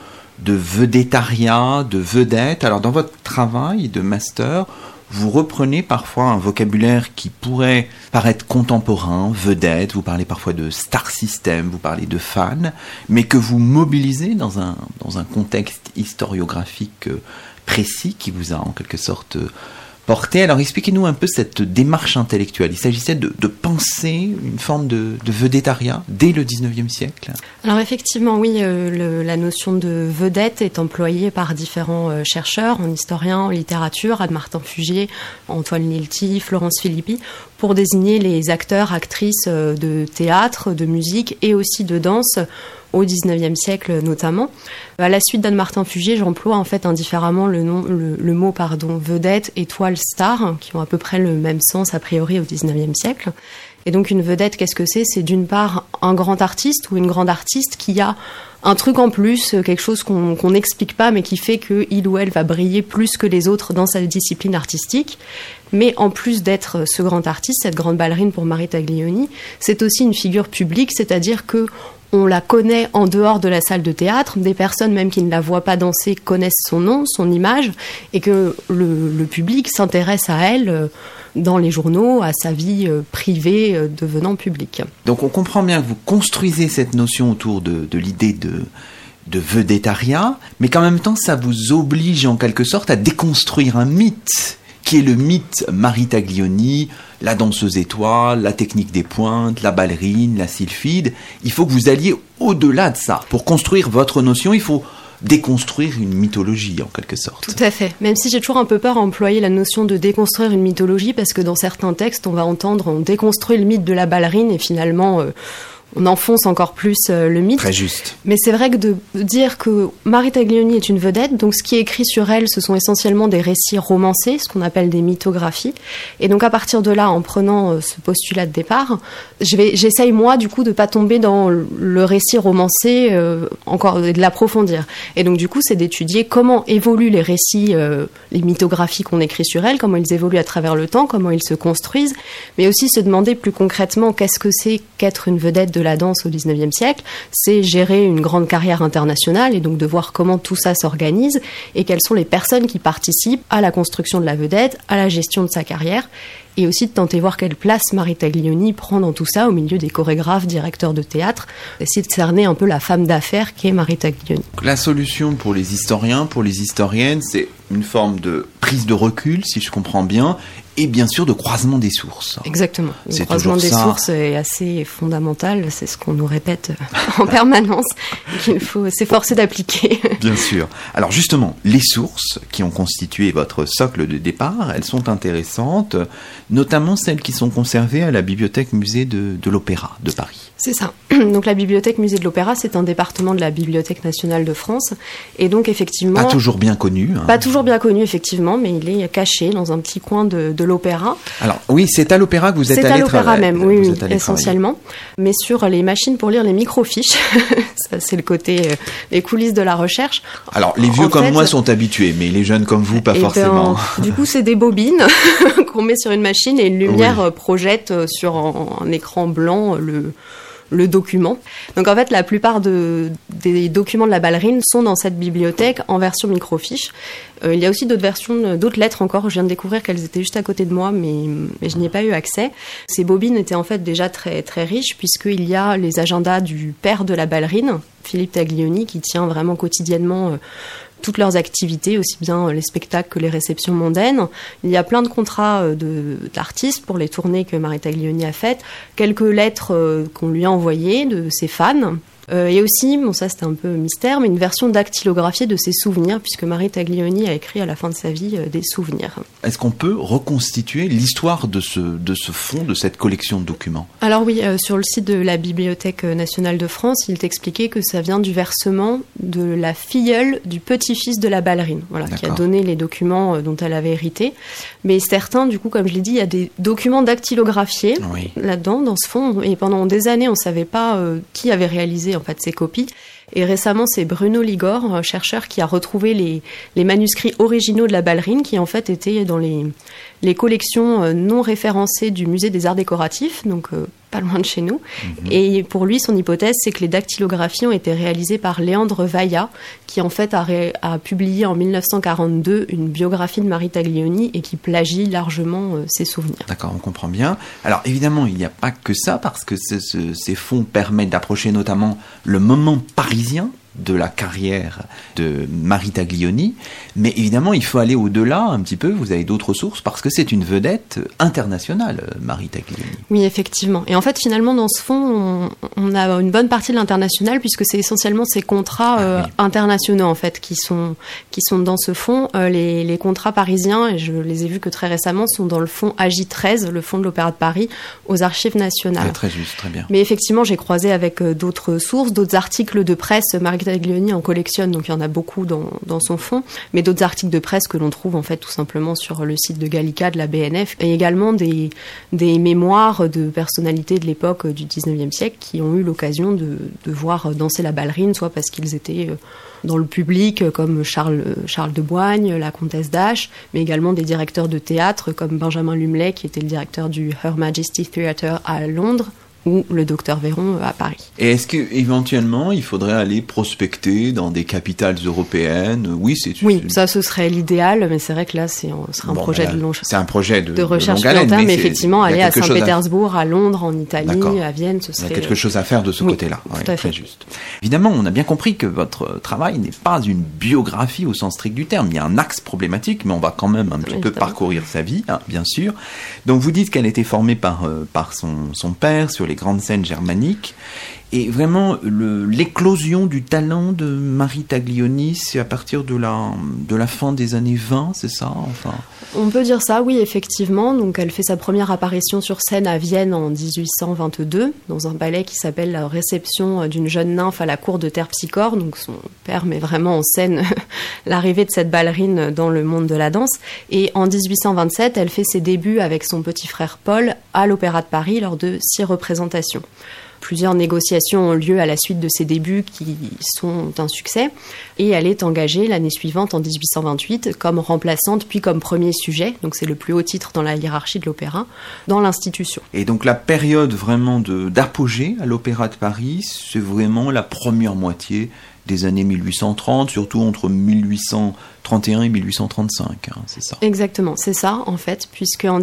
vedettariat, de vedette. Alors dans votre travail de master, vous reprenez parfois un vocabulaire qui pourrait paraître contemporain, vedette, vous parlez parfois de star system, vous parlez de fan, mais que vous mobilisez dans un contexte historiographique précis qui vous a en quelque sorte porté. Alors expliquez-nous un peu cette démarche intellectuelle. Il s'agissait de penser une forme de vedettariat dès le 19e siècle. Alors effectivement, oui, la notion de vedette est employée par différents chercheurs, en historien, en littérature, Anne-Martin Fugier, Antoine Lilti, Florence Philippi, pour désigner les acteurs, actrices de théâtre, de musique et aussi de danse au XIXe siècle notamment. À la suite d'Anne-Martin Fugier, j'emploie en fait indifféremment le mot vedette, étoile, star, qui ont à peu près le même sens a priori au XIXe siècle. Et donc une vedette, qu'est-ce que c'est ? C'est d'une part un grand artiste ou une grande artiste qui a un truc en plus, quelque chose qu'on n'explique pas, mais qui fait qu'il ou elle va briller plus que les autres dans sa discipline artistique. Mais en plus d'être ce grand artiste, cette grande ballerine pour Marie Taglioni, c'est aussi une figure publique, c'est-à-dire que on la connaît en dehors de la salle de théâtre, des personnes même qui ne la voient pas danser connaissent son nom, son image, et que le public s'intéresse à elle dans les journaux, à sa vie privée devenant publique. Donc on comprend bien que vous construisez cette notion autour de l'idée de vedettariat, mais qu'en même temps ça vous oblige en quelque sorte à déconstruire un mythe, qui est le mythe Marie Taglioni, la danseuse étoile, la technique des pointes, la ballerine, la sylphide. Il faut que vous alliez au-delà de ça. Pour construire votre notion, il faut déconstruire une mythologie, en quelque sorte. Tout à fait. Même si j'ai toujours un peu peur à employer la notion de déconstruire une mythologie, parce que dans certains textes, on va entendre on déconstruit le mythe de la ballerine et finalement on enfonce encore plus le mythe. Très juste. Mais c'est vrai que de dire que Marie Taglioni est une vedette, donc ce qui est écrit sur elle, ce sont essentiellement des récits romancés, ce qu'on appelle des mythographies. Et donc à partir de là, en prenant ce postulat de départ, j'essaye moi du coup de pas tomber dans le récit romancé encore et de l'approfondir. Et donc du coup, c'est d'étudier comment évoluent les récits, les mythographies qu'on écrit sur elle, comment ils évoluent à travers le temps, comment ils se construisent, mais aussi se demander plus concrètement qu'est-ce que c'est qu'être une vedette de de la danse au XIXe siècle, c'est gérer une grande carrière internationale et donc de voir comment tout ça s'organise et quelles sont les personnes qui participent à la construction de la vedette, à la gestion de sa carrière, et aussi de tenter voir quelle place Mary Taglioni prend dans tout ça au milieu des chorégraphes, directeurs de théâtre, essayer de cerner un peu la femme d'affaires qu'est Mary Taglioni. La solution pour les historiens, pour les historiennes, c'est une forme de prise de recul, si je comprends bien, et bien sûr de croisement des sources. Exactement. C'est le croisement des sources est assez fondamental, c'est ce qu'on nous répète en permanence, qu'il faut s'efforcer d'appliquer. Bien sûr. Alors justement, les sources qui ont constitué votre socle de départ, elles sont intéressantes, notamment celles qui sont conservées à la Bibliothèque Musée de l'Opéra de Paris. C'est ça. Donc la Bibliothèque Musée de l'Opéra, c'est un département de la Bibliothèque nationale de France. Et donc effectivement... Pas toujours bien connu. Pas toujours bien connu, effectivement, mais il est caché dans un petit coin de l'Opéra. Alors oui, c'est à l'Opéra que vous êtes allé travailler. C'est à l'Opéra même, oui, essentiellement. Mais sur les machines pour lire les microfiches, ça c'est le côté, les coulisses de la recherche. Alors les vieux comme moi sont habitués, mais les jeunes comme vous, pas forcément. Du coup, c'est des bobines qu'on met sur une machine et une lumière projette sur un écran blanc le document. Donc en fait, la plupart des documents de la ballerine sont dans cette bibliothèque en version microfiche. Il y a aussi d'autres versions, d'autres lettres encore. Je viens de découvrir qu'elles étaient juste à côté de moi, mais je n'y ai pas eu accès. Ces bobines étaient en fait déjà très, très riches, puisqu'il y a les agendas du père de la ballerine, Philippe Taglioni, qui tient vraiment quotidiennement toutes leurs activités, aussi bien les spectacles que les réceptions mondaines. Il y a plein de contrats d'artistes pour les tournées que Mary Taglioni a faites, quelques lettres qu'on lui a envoyées de ses fans. Et aussi, bon ça c'était un peu mystère, mais une version dactylographiée de ses souvenirs, puisque Mary Taglioni a écrit à la fin de sa vie des souvenirs. Est-ce qu'on peut reconstituer l'histoire de ce fonds, de cette collection de documents ? Alors oui, sur le site de la Bibliothèque nationale de France, il t'expliquait que ça vient du versement de la filleule du petit-fils de la ballerine, voilà, qui a donné les documents dont elle avait hérité. Mais certains, du coup, comme je l'ai dit, il y a des documents dactylographiés là-dedans, dans ce fonds, et pendant des années, on ne savait pas qui avait réalisé en fait ces copies. Et récemment, c'est Bruno Ligor, un chercheur, qui a retrouvé les manuscrits originaux de la ballerine, qui en fait étaient dans les collections non référencées du musée des arts décoratifs, donc pas loin de chez nous. Et pour lui, son hypothèse, c'est que les dactylographies ont été réalisées par Léandre Vaillat, qui en fait a publié en 1942 une biographie de Mary Taglioni et qui plagie largement ses souvenirs. D'accord, on comprend bien. Alors évidemment, il n'y a pas que ça, parce que ces fonds permettent d'approcher notamment le moment parisien de la carrière de Mary Taglioni, mais évidemment il faut aller au-delà un petit peu, vous avez d'autres sources, parce que c'est une vedette internationale, Mary Taglioni. Oui, effectivement. Et en fait, finalement, dans ce fonds, on a une bonne partie de l'international, puisque c'est essentiellement ces contrats internationaux, en fait, qui sont dans ce fonds. Les contrats parisiens, et je les ai vus que très récemment, sont dans le fonds AJ13, le fonds de l'Opéra de Paris, aux Archives nationales. C'est très juste, très bien. Mais effectivement, j'ai croisé avec d'autres sources, d'autres articles de presse. Mary Taglioni en collectionne, donc il y en a beaucoup dans son fonds, mais d'autres articles de presse que l'on trouve en fait tout simplement sur le site de Gallica de la BNF, et également des mémoires de personnalités de l'époque du 19e siècle qui ont eu l'occasion de voir danser la ballerine, soit parce qu'ils étaient dans le public comme Charles de Boigne, la comtesse d'Ache, mais également des directeurs de théâtre comme Benjamin Lumley, qui était le directeur du Her Majesty Theatre à Londres, ou le docteur Véron à Paris. Et est-ce qu'éventuellement, il faudrait aller prospecter dans des capitales européennes ? Oui, ça ce serait l'idéal, mais c'est vrai que là, ce serait un projet de long C'est un projet de recherche longue haleine, mais effectivement, aller à Saint-Pétersbourg, à Londres, en Italie, à Vienne, ce serait... Il y a quelque chose à faire de ce côté-là. Tout à fait. Très juste. Évidemment, on a bien compris que votre travail n'est pas une biographie au sens strict du terme. Il y a un axe problématique, mais on va quand même un petit peu parcourir sa vie, bien sûr. Donc vous dites qu'elle a été formée par son père sur les grandes scènes germaniques, et vraiment l'éclosion du talent de Mary Taglioni, c'est à partir de la fin des années 20, c'est ça, enfin? On peut dire ça, oui, effectivement. Donc elle fait sa première apparition sur scène à Vienne en 1822 dans un ballet qui s'appelle La réception d'une jeune nymphe à la cour de Terpsichore. Donc son père met vraiment en scène l'arrivée de cette ballerine dans le monde de la danse. Et en 1827, elle fait ses débuts avec son petit frère Paul à l'Opéra de Paris lors de 6 représentations. Plusieurs négociations ont lieu à la suite de ses débuts qui sont un succès. Et elle est engagée l'année suivante, en 1828, comme remplaçante, puis comme premier sujet. Donc c'est le plus haut titre dans la hiérarchie de l'opéra, dans l'institution. Et donc la période vraiment d'apogée à l'Opéra de Paris, c'est vraiment la première moitié des années 1830, surtout entre 1831 et 1835, c'est ça? Exactement, c'est ça en fait, puisque en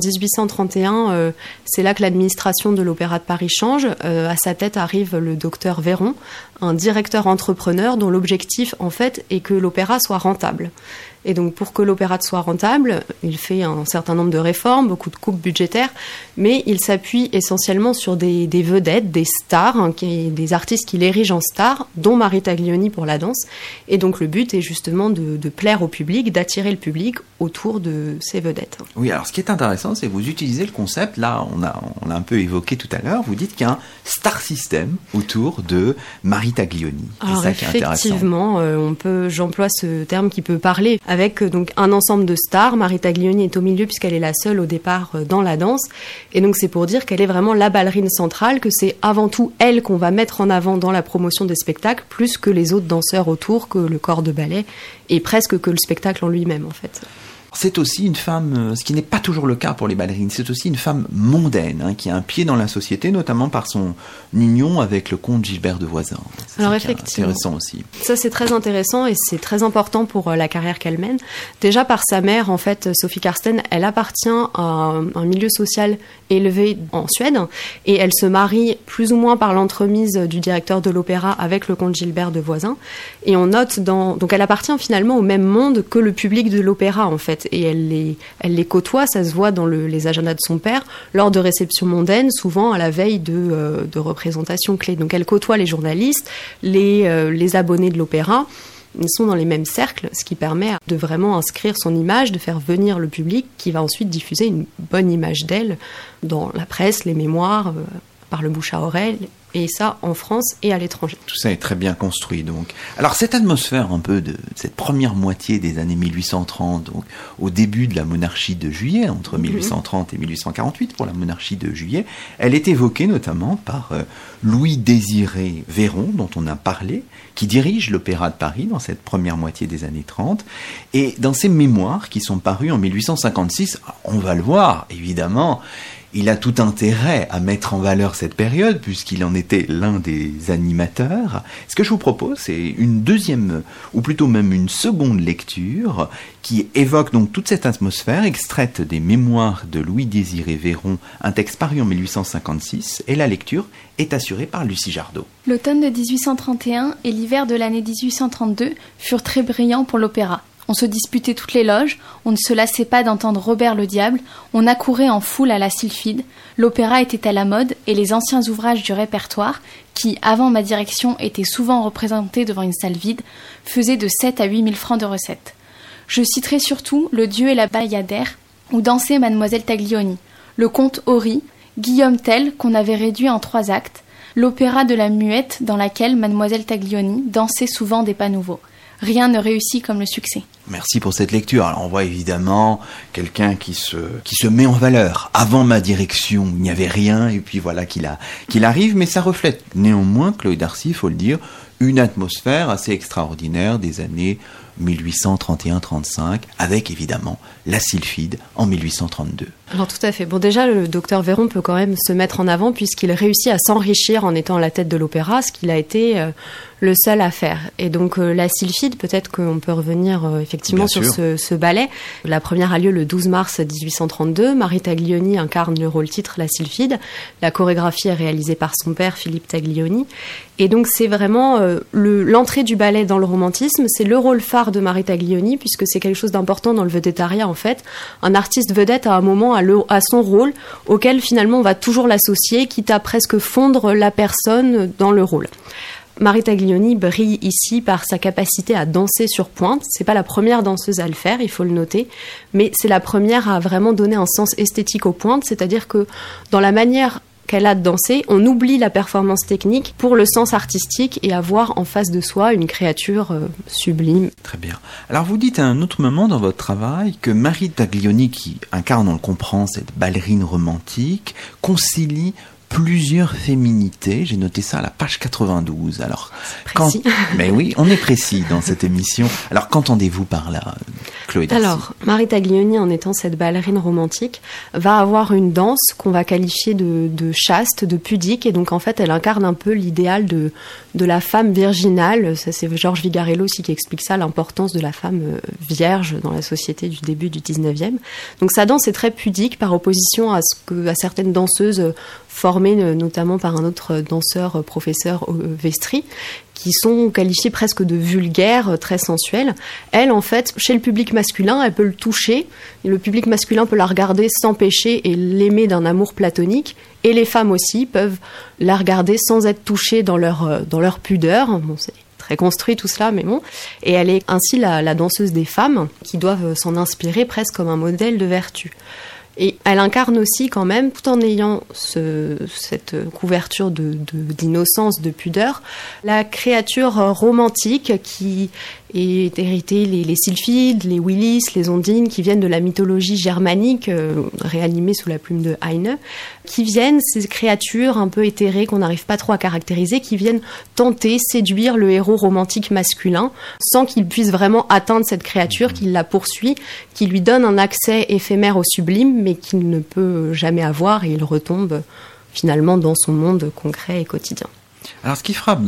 1831, c'est là que l'administration de l'Opéra de Paris change. À sa tête arrive le docteur Véron, un directeur entrepreneur dont l'objectif en fait est que l'opéra soit rentable. Et donc pour que l'opéra soit rentable, il fait un certain nombre de réformes, beaucoup de coupes budgétaires, mais il s'appuie essentiellement sur des vedettes, des stars, des artistes qu'il érige en stars, dont Marie Taglioni pour la danse. Et donc le but est justement de plaire au public, d'attirer le public autour de ces vedettes. Oui, alors ce qui est intéressant, c'est que vous utilisez le concept, là on l'a un peu évoqué tout à l'heure, vous dites qu'il y a un star system autour de Marie Taglioni. Alors c'est ça qui est intéressant. effectivement, j'emploie ce terme qui peut parler avec donc un ensemble de stars. Marie Taglioni est au milieu puisqu'elle est la seule au départ dans la danse. Et donc c'est pour dire qu'elle est vraiment la ballerine centrale, que c'est avant tout elle qu'on va mettre en avant dans la promotion des spectacles, plus que les autres danseurs autour, que le corps de ballet, et presque que le spectacle en lui-même en fait. C'est aussi une femme, ce qui n'est pas toujours le cas pour les ballerines, c'est aussi une femme mondaine, qui a un pied dans la société, notamment par son union avec le comte Gilbert de Voisin. C'est alors ça qui est effectivement, intéressant aussi. Ça c'est très intéressant et c'est très important pour la carrière qu'elle mène. Déjà par sa mère, en fait, Sophie Karsten, elle appartient à un milieu social élevé en Suède et elle se marie plus ou moins par l'entremise du directeur de l'opéra avec le comte Gilbert de Voisin. Et on note donc elle appartient finalement au même monde que le public de l'opéra en fait. Et elle les côtoie, ça se voit dans les agendas de son père, lors de réceptions mondaines, souvent à la veille de représentations clés. Donc elle côtoie les journalistes, les abonnés de l'opéra, ils sont dans les mêmes cercles, ce qui permet de vraiment inscrire son image, de faire venir le public qui va ensuite diffuser une bonne image d'elle dans la presse, les mémoires, par le bouche à oreille, et ça en France et à l'étranger. Tout ça est très bien construit donc. Alors cette atmosphère un peu de cette première moitié des années 1830, donc au début de la monarchie de Juillet, entre 1830 et 1848 pour la monarchie de Juillet, elle est évoquée notamment par Louis-Désiré Véron, dont on a parlé, qui dirige l'Opéra de Paris dans cette première moitié des années 30. Et dans ses mémoires qui sont parus en 1856, on va le voir évidemment, il a tout intérêt à mettre en valeur cette période puisqu'il en était l'un des animateurs. Ce que je vous propose, c'est une deuxième, ou plutôt même une seconde lecture qui évoque donc toute cette atmosphère extraite des mémoires de Louis-Désiré Véron, un texte paru en 1856, et la lecture est assurée par Lucie Jardot. L'automne de 1831 et l'hiver de l'année 1832 furent très brillants pour l'opéra. On se disputait toutes les loges, on ne se lassait pas d'entendre Robert le Diable, on accourait en foule à la Sylphide, l'opéra était à la mode et les anciens ouvrages du répertoire, qui, avant ma direction, étaient souvent représentés devant une salle vide, faisaient de 7 à 8 000 francs de recettes. Je citerai surtout Le Dieu et la Bayadère, où dansait Mademoiselle Taglioni, le comte Horry, Guillaume Tell, qu'on avait réduit en 3 actes, l'opéra de la Muette, dans laquelle Mademoiselle Taglioni dansait souvent des pas nouveaux. Rien ne réussit comme le succès. Merci pour cette lecture. Alors on voit évidemment quelqu'un qui se met en valeur. Avant ma direction, il n'y avait rien, et puis voilà qu'il arrive, mais ça reflète néanmoins, Chloé Darcy, il faut le dire, une atmosphère assez extraordinaire des années 1831-35, avec évidemment la Sylphide en 1832. Alors tout à fait. Bon, déjà, le docteur Véron peut quand même se mettre en avant puisqu'il réussit à s'enrichir en étant à la tête de l'opéra, ce qu'il a été le seul à faire. Et donc la Sylphide, peut-être qu'on peut revenir effectivement Bien sur ce ballet. La première a lieu le 12 mars 1832. Marie Taglioni incarne le rôle-titre, la Sylphide. La chorégraphie est réalisée par son père, Philippe Taglioni. Et donc c'est vraiment l'entrée du ballet dans le romantisme, c'est le rôle phare de Marie Taglioni, puisque c'est quelque chose d'important dans le vedettariat en fait. Un artiste vedette à un moment a son rôle, auquel finalement on va toujours l'associer, quitte à presque fondre la personne dans le rôle. Marie Taglioni brille ici par sa capacité à danser sur pointe. C'est pas la première danseuse à le faire, il faut le noter, mais c'est la première à vraiment donner un sens esthétique aux pointes, c'est-à-dire que dans la manière qu'elle a de danser, on oublie la performance technique pour le sens artistique et avoir en face de soi une créature sublime. Très bien. Alors vous dites à un autre moment dans votre travail que Marie Taglioni, qui incarne, on le comprend, cette ballerine romantique, concilie plusieurs féminités. J'ai noté ça à la page 92. Alors, précis. Mais oui, on est précis dans cette émission. Alors, qu'entendez-vous par là, Chloé Darcy? Alors, Marie Taglioni, en étant cette ballerine romantique, va avoir une danse qu'on va qualifier de chaste, de pudique, et donc en fait, elle incarne un peu l'idéal de la femme virginale. Ça, c'est Georges Vigarello aussi qui explique ça, l'importance de la femme vierge dans la société du début du 19e. Donc sa danse est très pudique par opposition à certaines danseuses formées notamment par un autre danseur, professeur Vestri, qui sont qualifiées presque de vulgaires, très sensuelles. Elle, en fait, chez le public masculin, elle peut le toucher, et le public masculin peut la regarder sans péché et l'aimer d'un amour platonique, et les femmes aussi peuvent la regarder sans être touchées dans leur pudeur. Bon, c'est très construit tout cela, mais bon. Et elle est ainsi la danseuse des femmes qui doivent s'en inspirer presque comme un modèle de vertu. Et elle incarne aussi quand même, tout en ayant cette couverture d'innocence, de pudeur, la créature romantique qui est héritée, les sylphides, les Willis, les ondines, qui viennent de la mythologie germanique, réanimée sous la plume de Heine, qui viennent, ces créatures un peu éthérées qu'on n'arrive pas trop à caractériser, qui viennent tenter, séduire le héros romantique masculin, sans qu'il puisse vraiment atteindre cette créature, qu'il la poursuit, qui lui donne un accès éphémère au sublime, mais qu'il ne peut jamais avoir, et il retombe finalement dans son monde concret et quotidien. Alors, ce qui frappe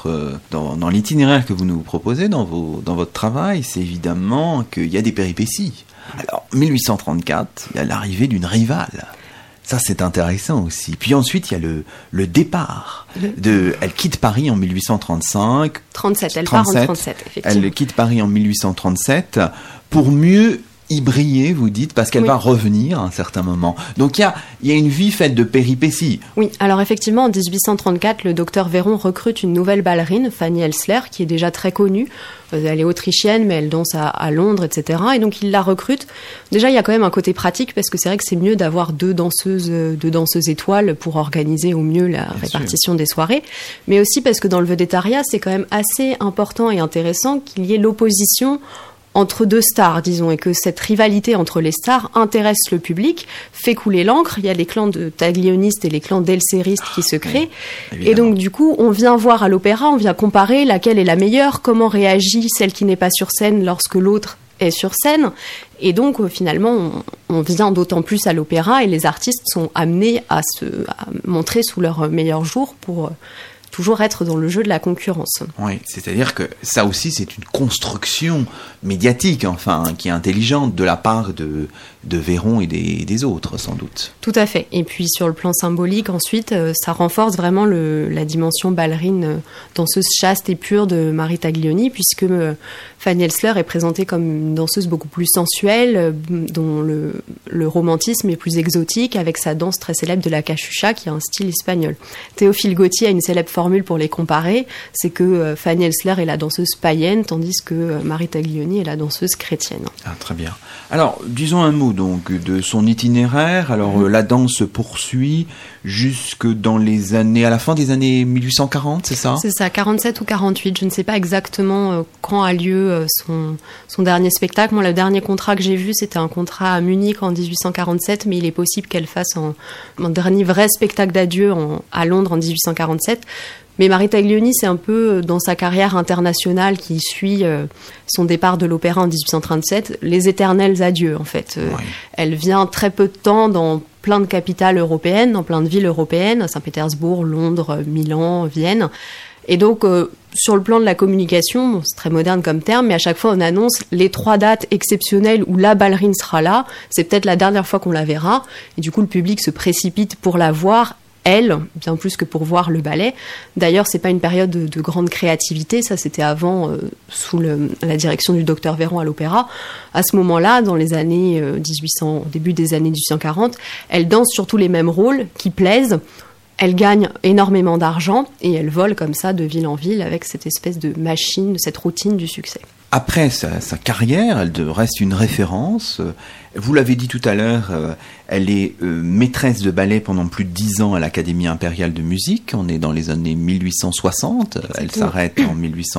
dans l'itinéraire que vous nous proposez, dans votre travail, c'est évidemment qu'il y a des péripéties. Alors, 1834, il y a l'arrivée d'une rivale. Ça, c'est intéressant aussi. Puis ensuite, il y a le départ. Elle quitte Paris en 1835. 37, elle part en 37, effectivement. Elle quitte Paris en 1837 pour mieux y briller, vous dites, parce qu'elle va revenir à un certain moment. Donc il y a une vie faite de péripéties. Oui, alors effectivement, en 1834, le docteur Véron recrute une nouvelle ballerine, Fanny Elsler, qui est déjà très connue. Elle est autrichienne, mais elle danse à Londres, etc. Et donc il la recrute. Déjà, il y a quand même un côté pratique, parce que c'est vrai que c'est mieux d'avoir deux danseuses étoiles pour organiser au mieux la répartition des soirées. Mais aussi parce que dans le vedettariat, c'est quand même assez important et intéressant qu'il y ait l'opposition entre deux stars, disons, et que cette rivalité entre les stars intéresse le public, fait couler l'encre. Il y a les clans de taglionistes et les clans d'elséristes qui se créent. Oui, et donc, du coup, on vient voir à l'opéra, on vient comparer laquelle est la meilleure, comment réagit celle qui n'est pas sur scène lorsque l'autre est sur scène. Et donc, finalement, on vient d'autant plus à l'opéra et les artistes sont amenés à montrer sous leur meilleur jour pour toujours être dans le jeu de la concurrence. Oui, c'est-à-dire que ça aussi, c'est une construction médiatique, enfin, qui est intelligente de la part de Véron et des autres, sans doute. Tout à fait. Et puis, sur le plan symbolique, ensuite, ça renforce vraiment la dimension ballerine, danseuse chaste et pure de Marie Taglioni, puisque Fanny Elsler est présentée comme une danseuse beaucoup plus sensuelle, dont le romantisme est plus exotique, avec sa danse très célèbre de la cachucha, qui a un style espagnol. Théophile Gautier a une célèbre formule pour les comparer, c'est que Fanny Elsler est la danseuse païenne, tandis que Marie Taglioni est la danseuse chrétienne. Ah, très bien. Alors, disons un mot donc de son itinéraire. Alors, la danse se poursuit jusque dans à la fin des années 1840, c'est ça ? C'est ça, 47 ou 48. Je ne sais pas exactement quand a lieu son dernier spectacle. Moi, le dernier contrat que j'ai vu, c'était un contrat à Munich en 1847, mais il est possible qu'elle fasse un dernier vrai spectacle d'adieu à Londres en 1847. Mais Marie Taglioni, c'est un peu dans sa carrière internationale qui suit son départ de l'opéra en 1837, les éternels adieux, en fait. Oui. Elle vient très peu de temps dans plein de capitales européennes, dans plein de villes européennes, Saint-Pétersbourg, Londres, Milan, Vienne. Et donc, sur le plan de la communication, c'est très moderne comme terme, mais à chaque fois, on annonce les 3 dates exceptionnelles où la ballerine sera là. C'est peut-être la dernière fois qu'on la verra. Et du coup, le public se précipite pour la voir, elle, bien plus que pour voir le ballet. D'ailleurs, c'est pas une période de grande créativité, ça c'était avant, sous la direction du docteur Véron à l'opéra. À ce moment-là, dans les années au début des années 1840, elle danse surtout les mêmes rôles qui plaisent. Elle gagne énormément d'argent et elle vole comme ça de ville en ville avec cette espèce de machine, cette routine du succès. Après sa carrière, elle reste une référence. Vous l'avez dit tout à l'heure, elle est maîtresse de ballet pendant plus de 10 ans à l'Académie impériale de musique. On est dans les années 1860. Elle s'arrête en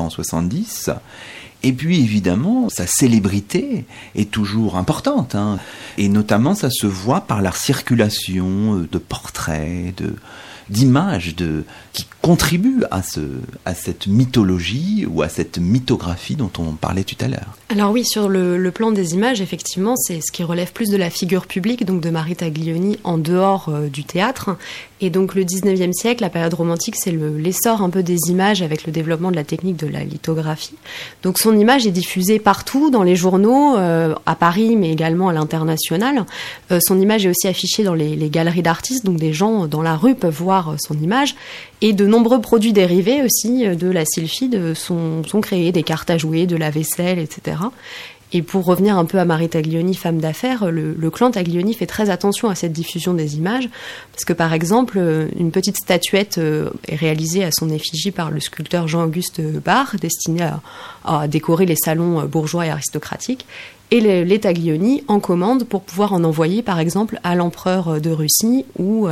1870. Et puis, évidemment, sa célébrité est toujours importante, hein. Et notamment, ça se voit par la circulation de portraits, d'images qui contribuent à cette mythologie ou à cette mythographie dont on parlait tout à l'heure. Alors oui, sur le plan des images, effectivement, c'est ce qui relève plus de la figure publique, donc de Marie Taglioni en dehors du théâtre. Et donc le 19e siècle, la période romantique, c'est l'essor un peu des images avec le développement de la technique de la lithographie. Donc son image est diffusée partout, dans les journaux, à Paris, mais également à l'international. Son image est aussi affichée dans les galeries d'artistes, donc des gens dans la rue peuvent voir son image. Et de nombreux produits dérivés aussi de la sylphide sont créés, des cartes à jouer, de la vaisselle, etc. Et pour revenir un peu à Marie Taglioni, femme d'affaires, le clan Taglioni fait très attention à cette diffusion des images, parce que par exemple, une petite statuette est réalisée à son effigie par le sculpteur Jean-Auguste Barre, destinée à décorer les salons bourgeois et aristocratiques. Et les Taglioni en commandent pour pouvoir en envoyer, par exemple, à l'empereur de Russie ou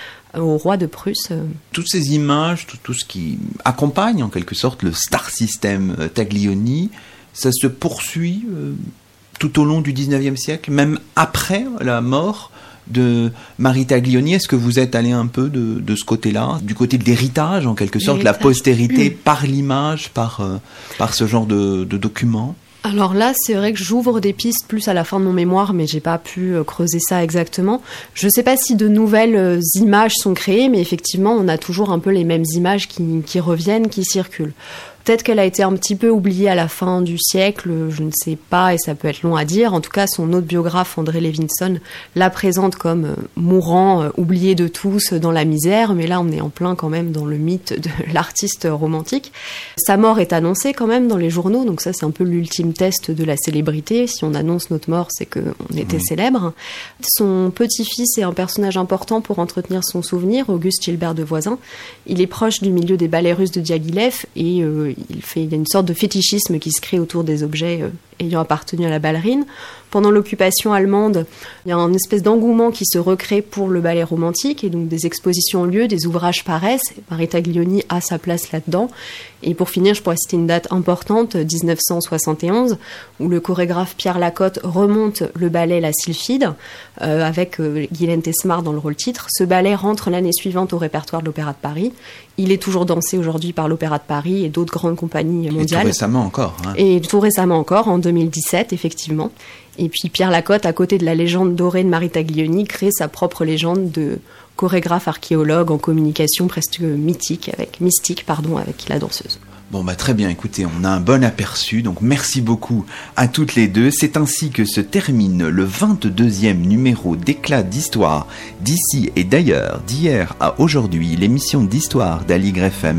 au roi de Prusse. Toutes ces images, tout ce qui accompagne en quelque sorte le star system Taglioni, ça se poursuit tout au long du 19e siècle, même après la mort de Marie Taglioni. Est-ce que vous êtes allé un peu de ce côté-là, du côté de l'héritage en quelque sorte, la postérité par l'image, par ce genre de documents? Alors là, c'est vrai que j'ouvre des pistes plus à la fin de mon mémoire, mais j'ai pas pu creuser ça exactement. Je sais pas si de nouvelles images sont créées, mais effectivement, on a toujours un peu les mêmes images qui reviennent, qui circulent. Peut-être qu'elle a été un petit peu oubliée à la fin du siècle, je ne sais pas, et ça peut être long à dire. En tout cas, son autre biographe, André Levinson, la présente comme mourant, oublié de tous, dans la misère. Mais là, on est en plein quand même dans le mythe de l'artiste romantique. Sa mort est annoncée quand même dans les journaux, donc ça, c'est un peu l'ultime test de la célébrité. Si on annonce notre mort, c'est qu'on était célèbre. Son petit-fils est un personnage important pour entretenir son souvenir, Auguste Gilbert de Voisin. Il est proche du milieu des ballets russes de Diaghilev et il y a une sorte de fétichisme qui se crée autour des objets ayant appartenu à la ballerine. Pendant l'occupation allemande, il y a une espèce d'engouement qui se recrée pour le ballet romantique et donc des expositions ont lieu, des ouvrages paraissent. Marie Taglioni a sa place là-dedans. Et pour finir, je pourrais citer une date importante, 1971, où le chorégraphe Pierre Lacotte remonte le ballet La Sylphide avec Guylaine Tesmar dans le rôle titre. Ce ballet rentre l'année suivante au répertoire de l'Opéra de Paris. Il est toujours dansé aujourd'hui par l'Opéra de Paris et d'autres grandes compagnies mondiales. Et tout récemment encore. Et tout récemment encore, en 2017, effectivement. Et puis Pierre Lacotte, à côté de la légende dorée de Marie Taglioni, crée sa propre légende de chorégraphe archéologue en communication presque mystique avec la danseuse. Bon très bien, écoutez, on a un bon aperçu, donc merci beaucoup à toutes les deux. C'est ainsi que se termine le 22e numéro d'Éclat d'Histoire d'ici et d'ailleurs, d'hier à aujourd'hui, l'émission d'Histoire d'Aligre FM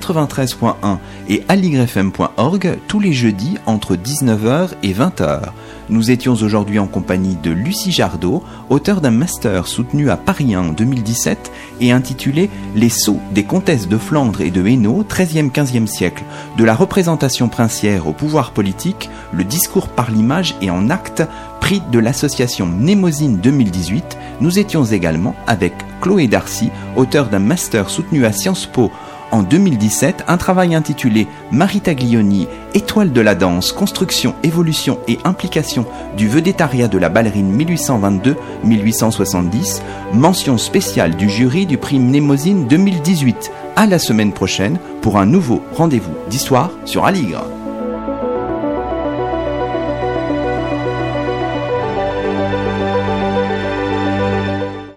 93.1 et aligrefm.org tous les jeudis entre 19h et 20h. Nous étions aujourd'hui en compagnie de Lucie Jardot, auteure d'un master soutenu à Paris 1 en 2017 et intitulé « Les sceaux des comtesses de Flandre et de Hainaut, 13e-15e siècle, de la représentation princière au pouvoir politique, le discours par l'image et en actes », prix de l'association Mnémosyne 2018. Nous étions également avec Chloé Darcy, auteure d'un master soutenu à Sciences Po en 2017, un travail intitulé Marie Taglioni, étoile de la danse, construction, évolution et implication du vedettariat de la ballerine 1822-1870, mention spéciale du jury du prix Mnémosyne 2018. À la semaine prochaine pour un nouveau rendez-vous d'histoire sur Aligre.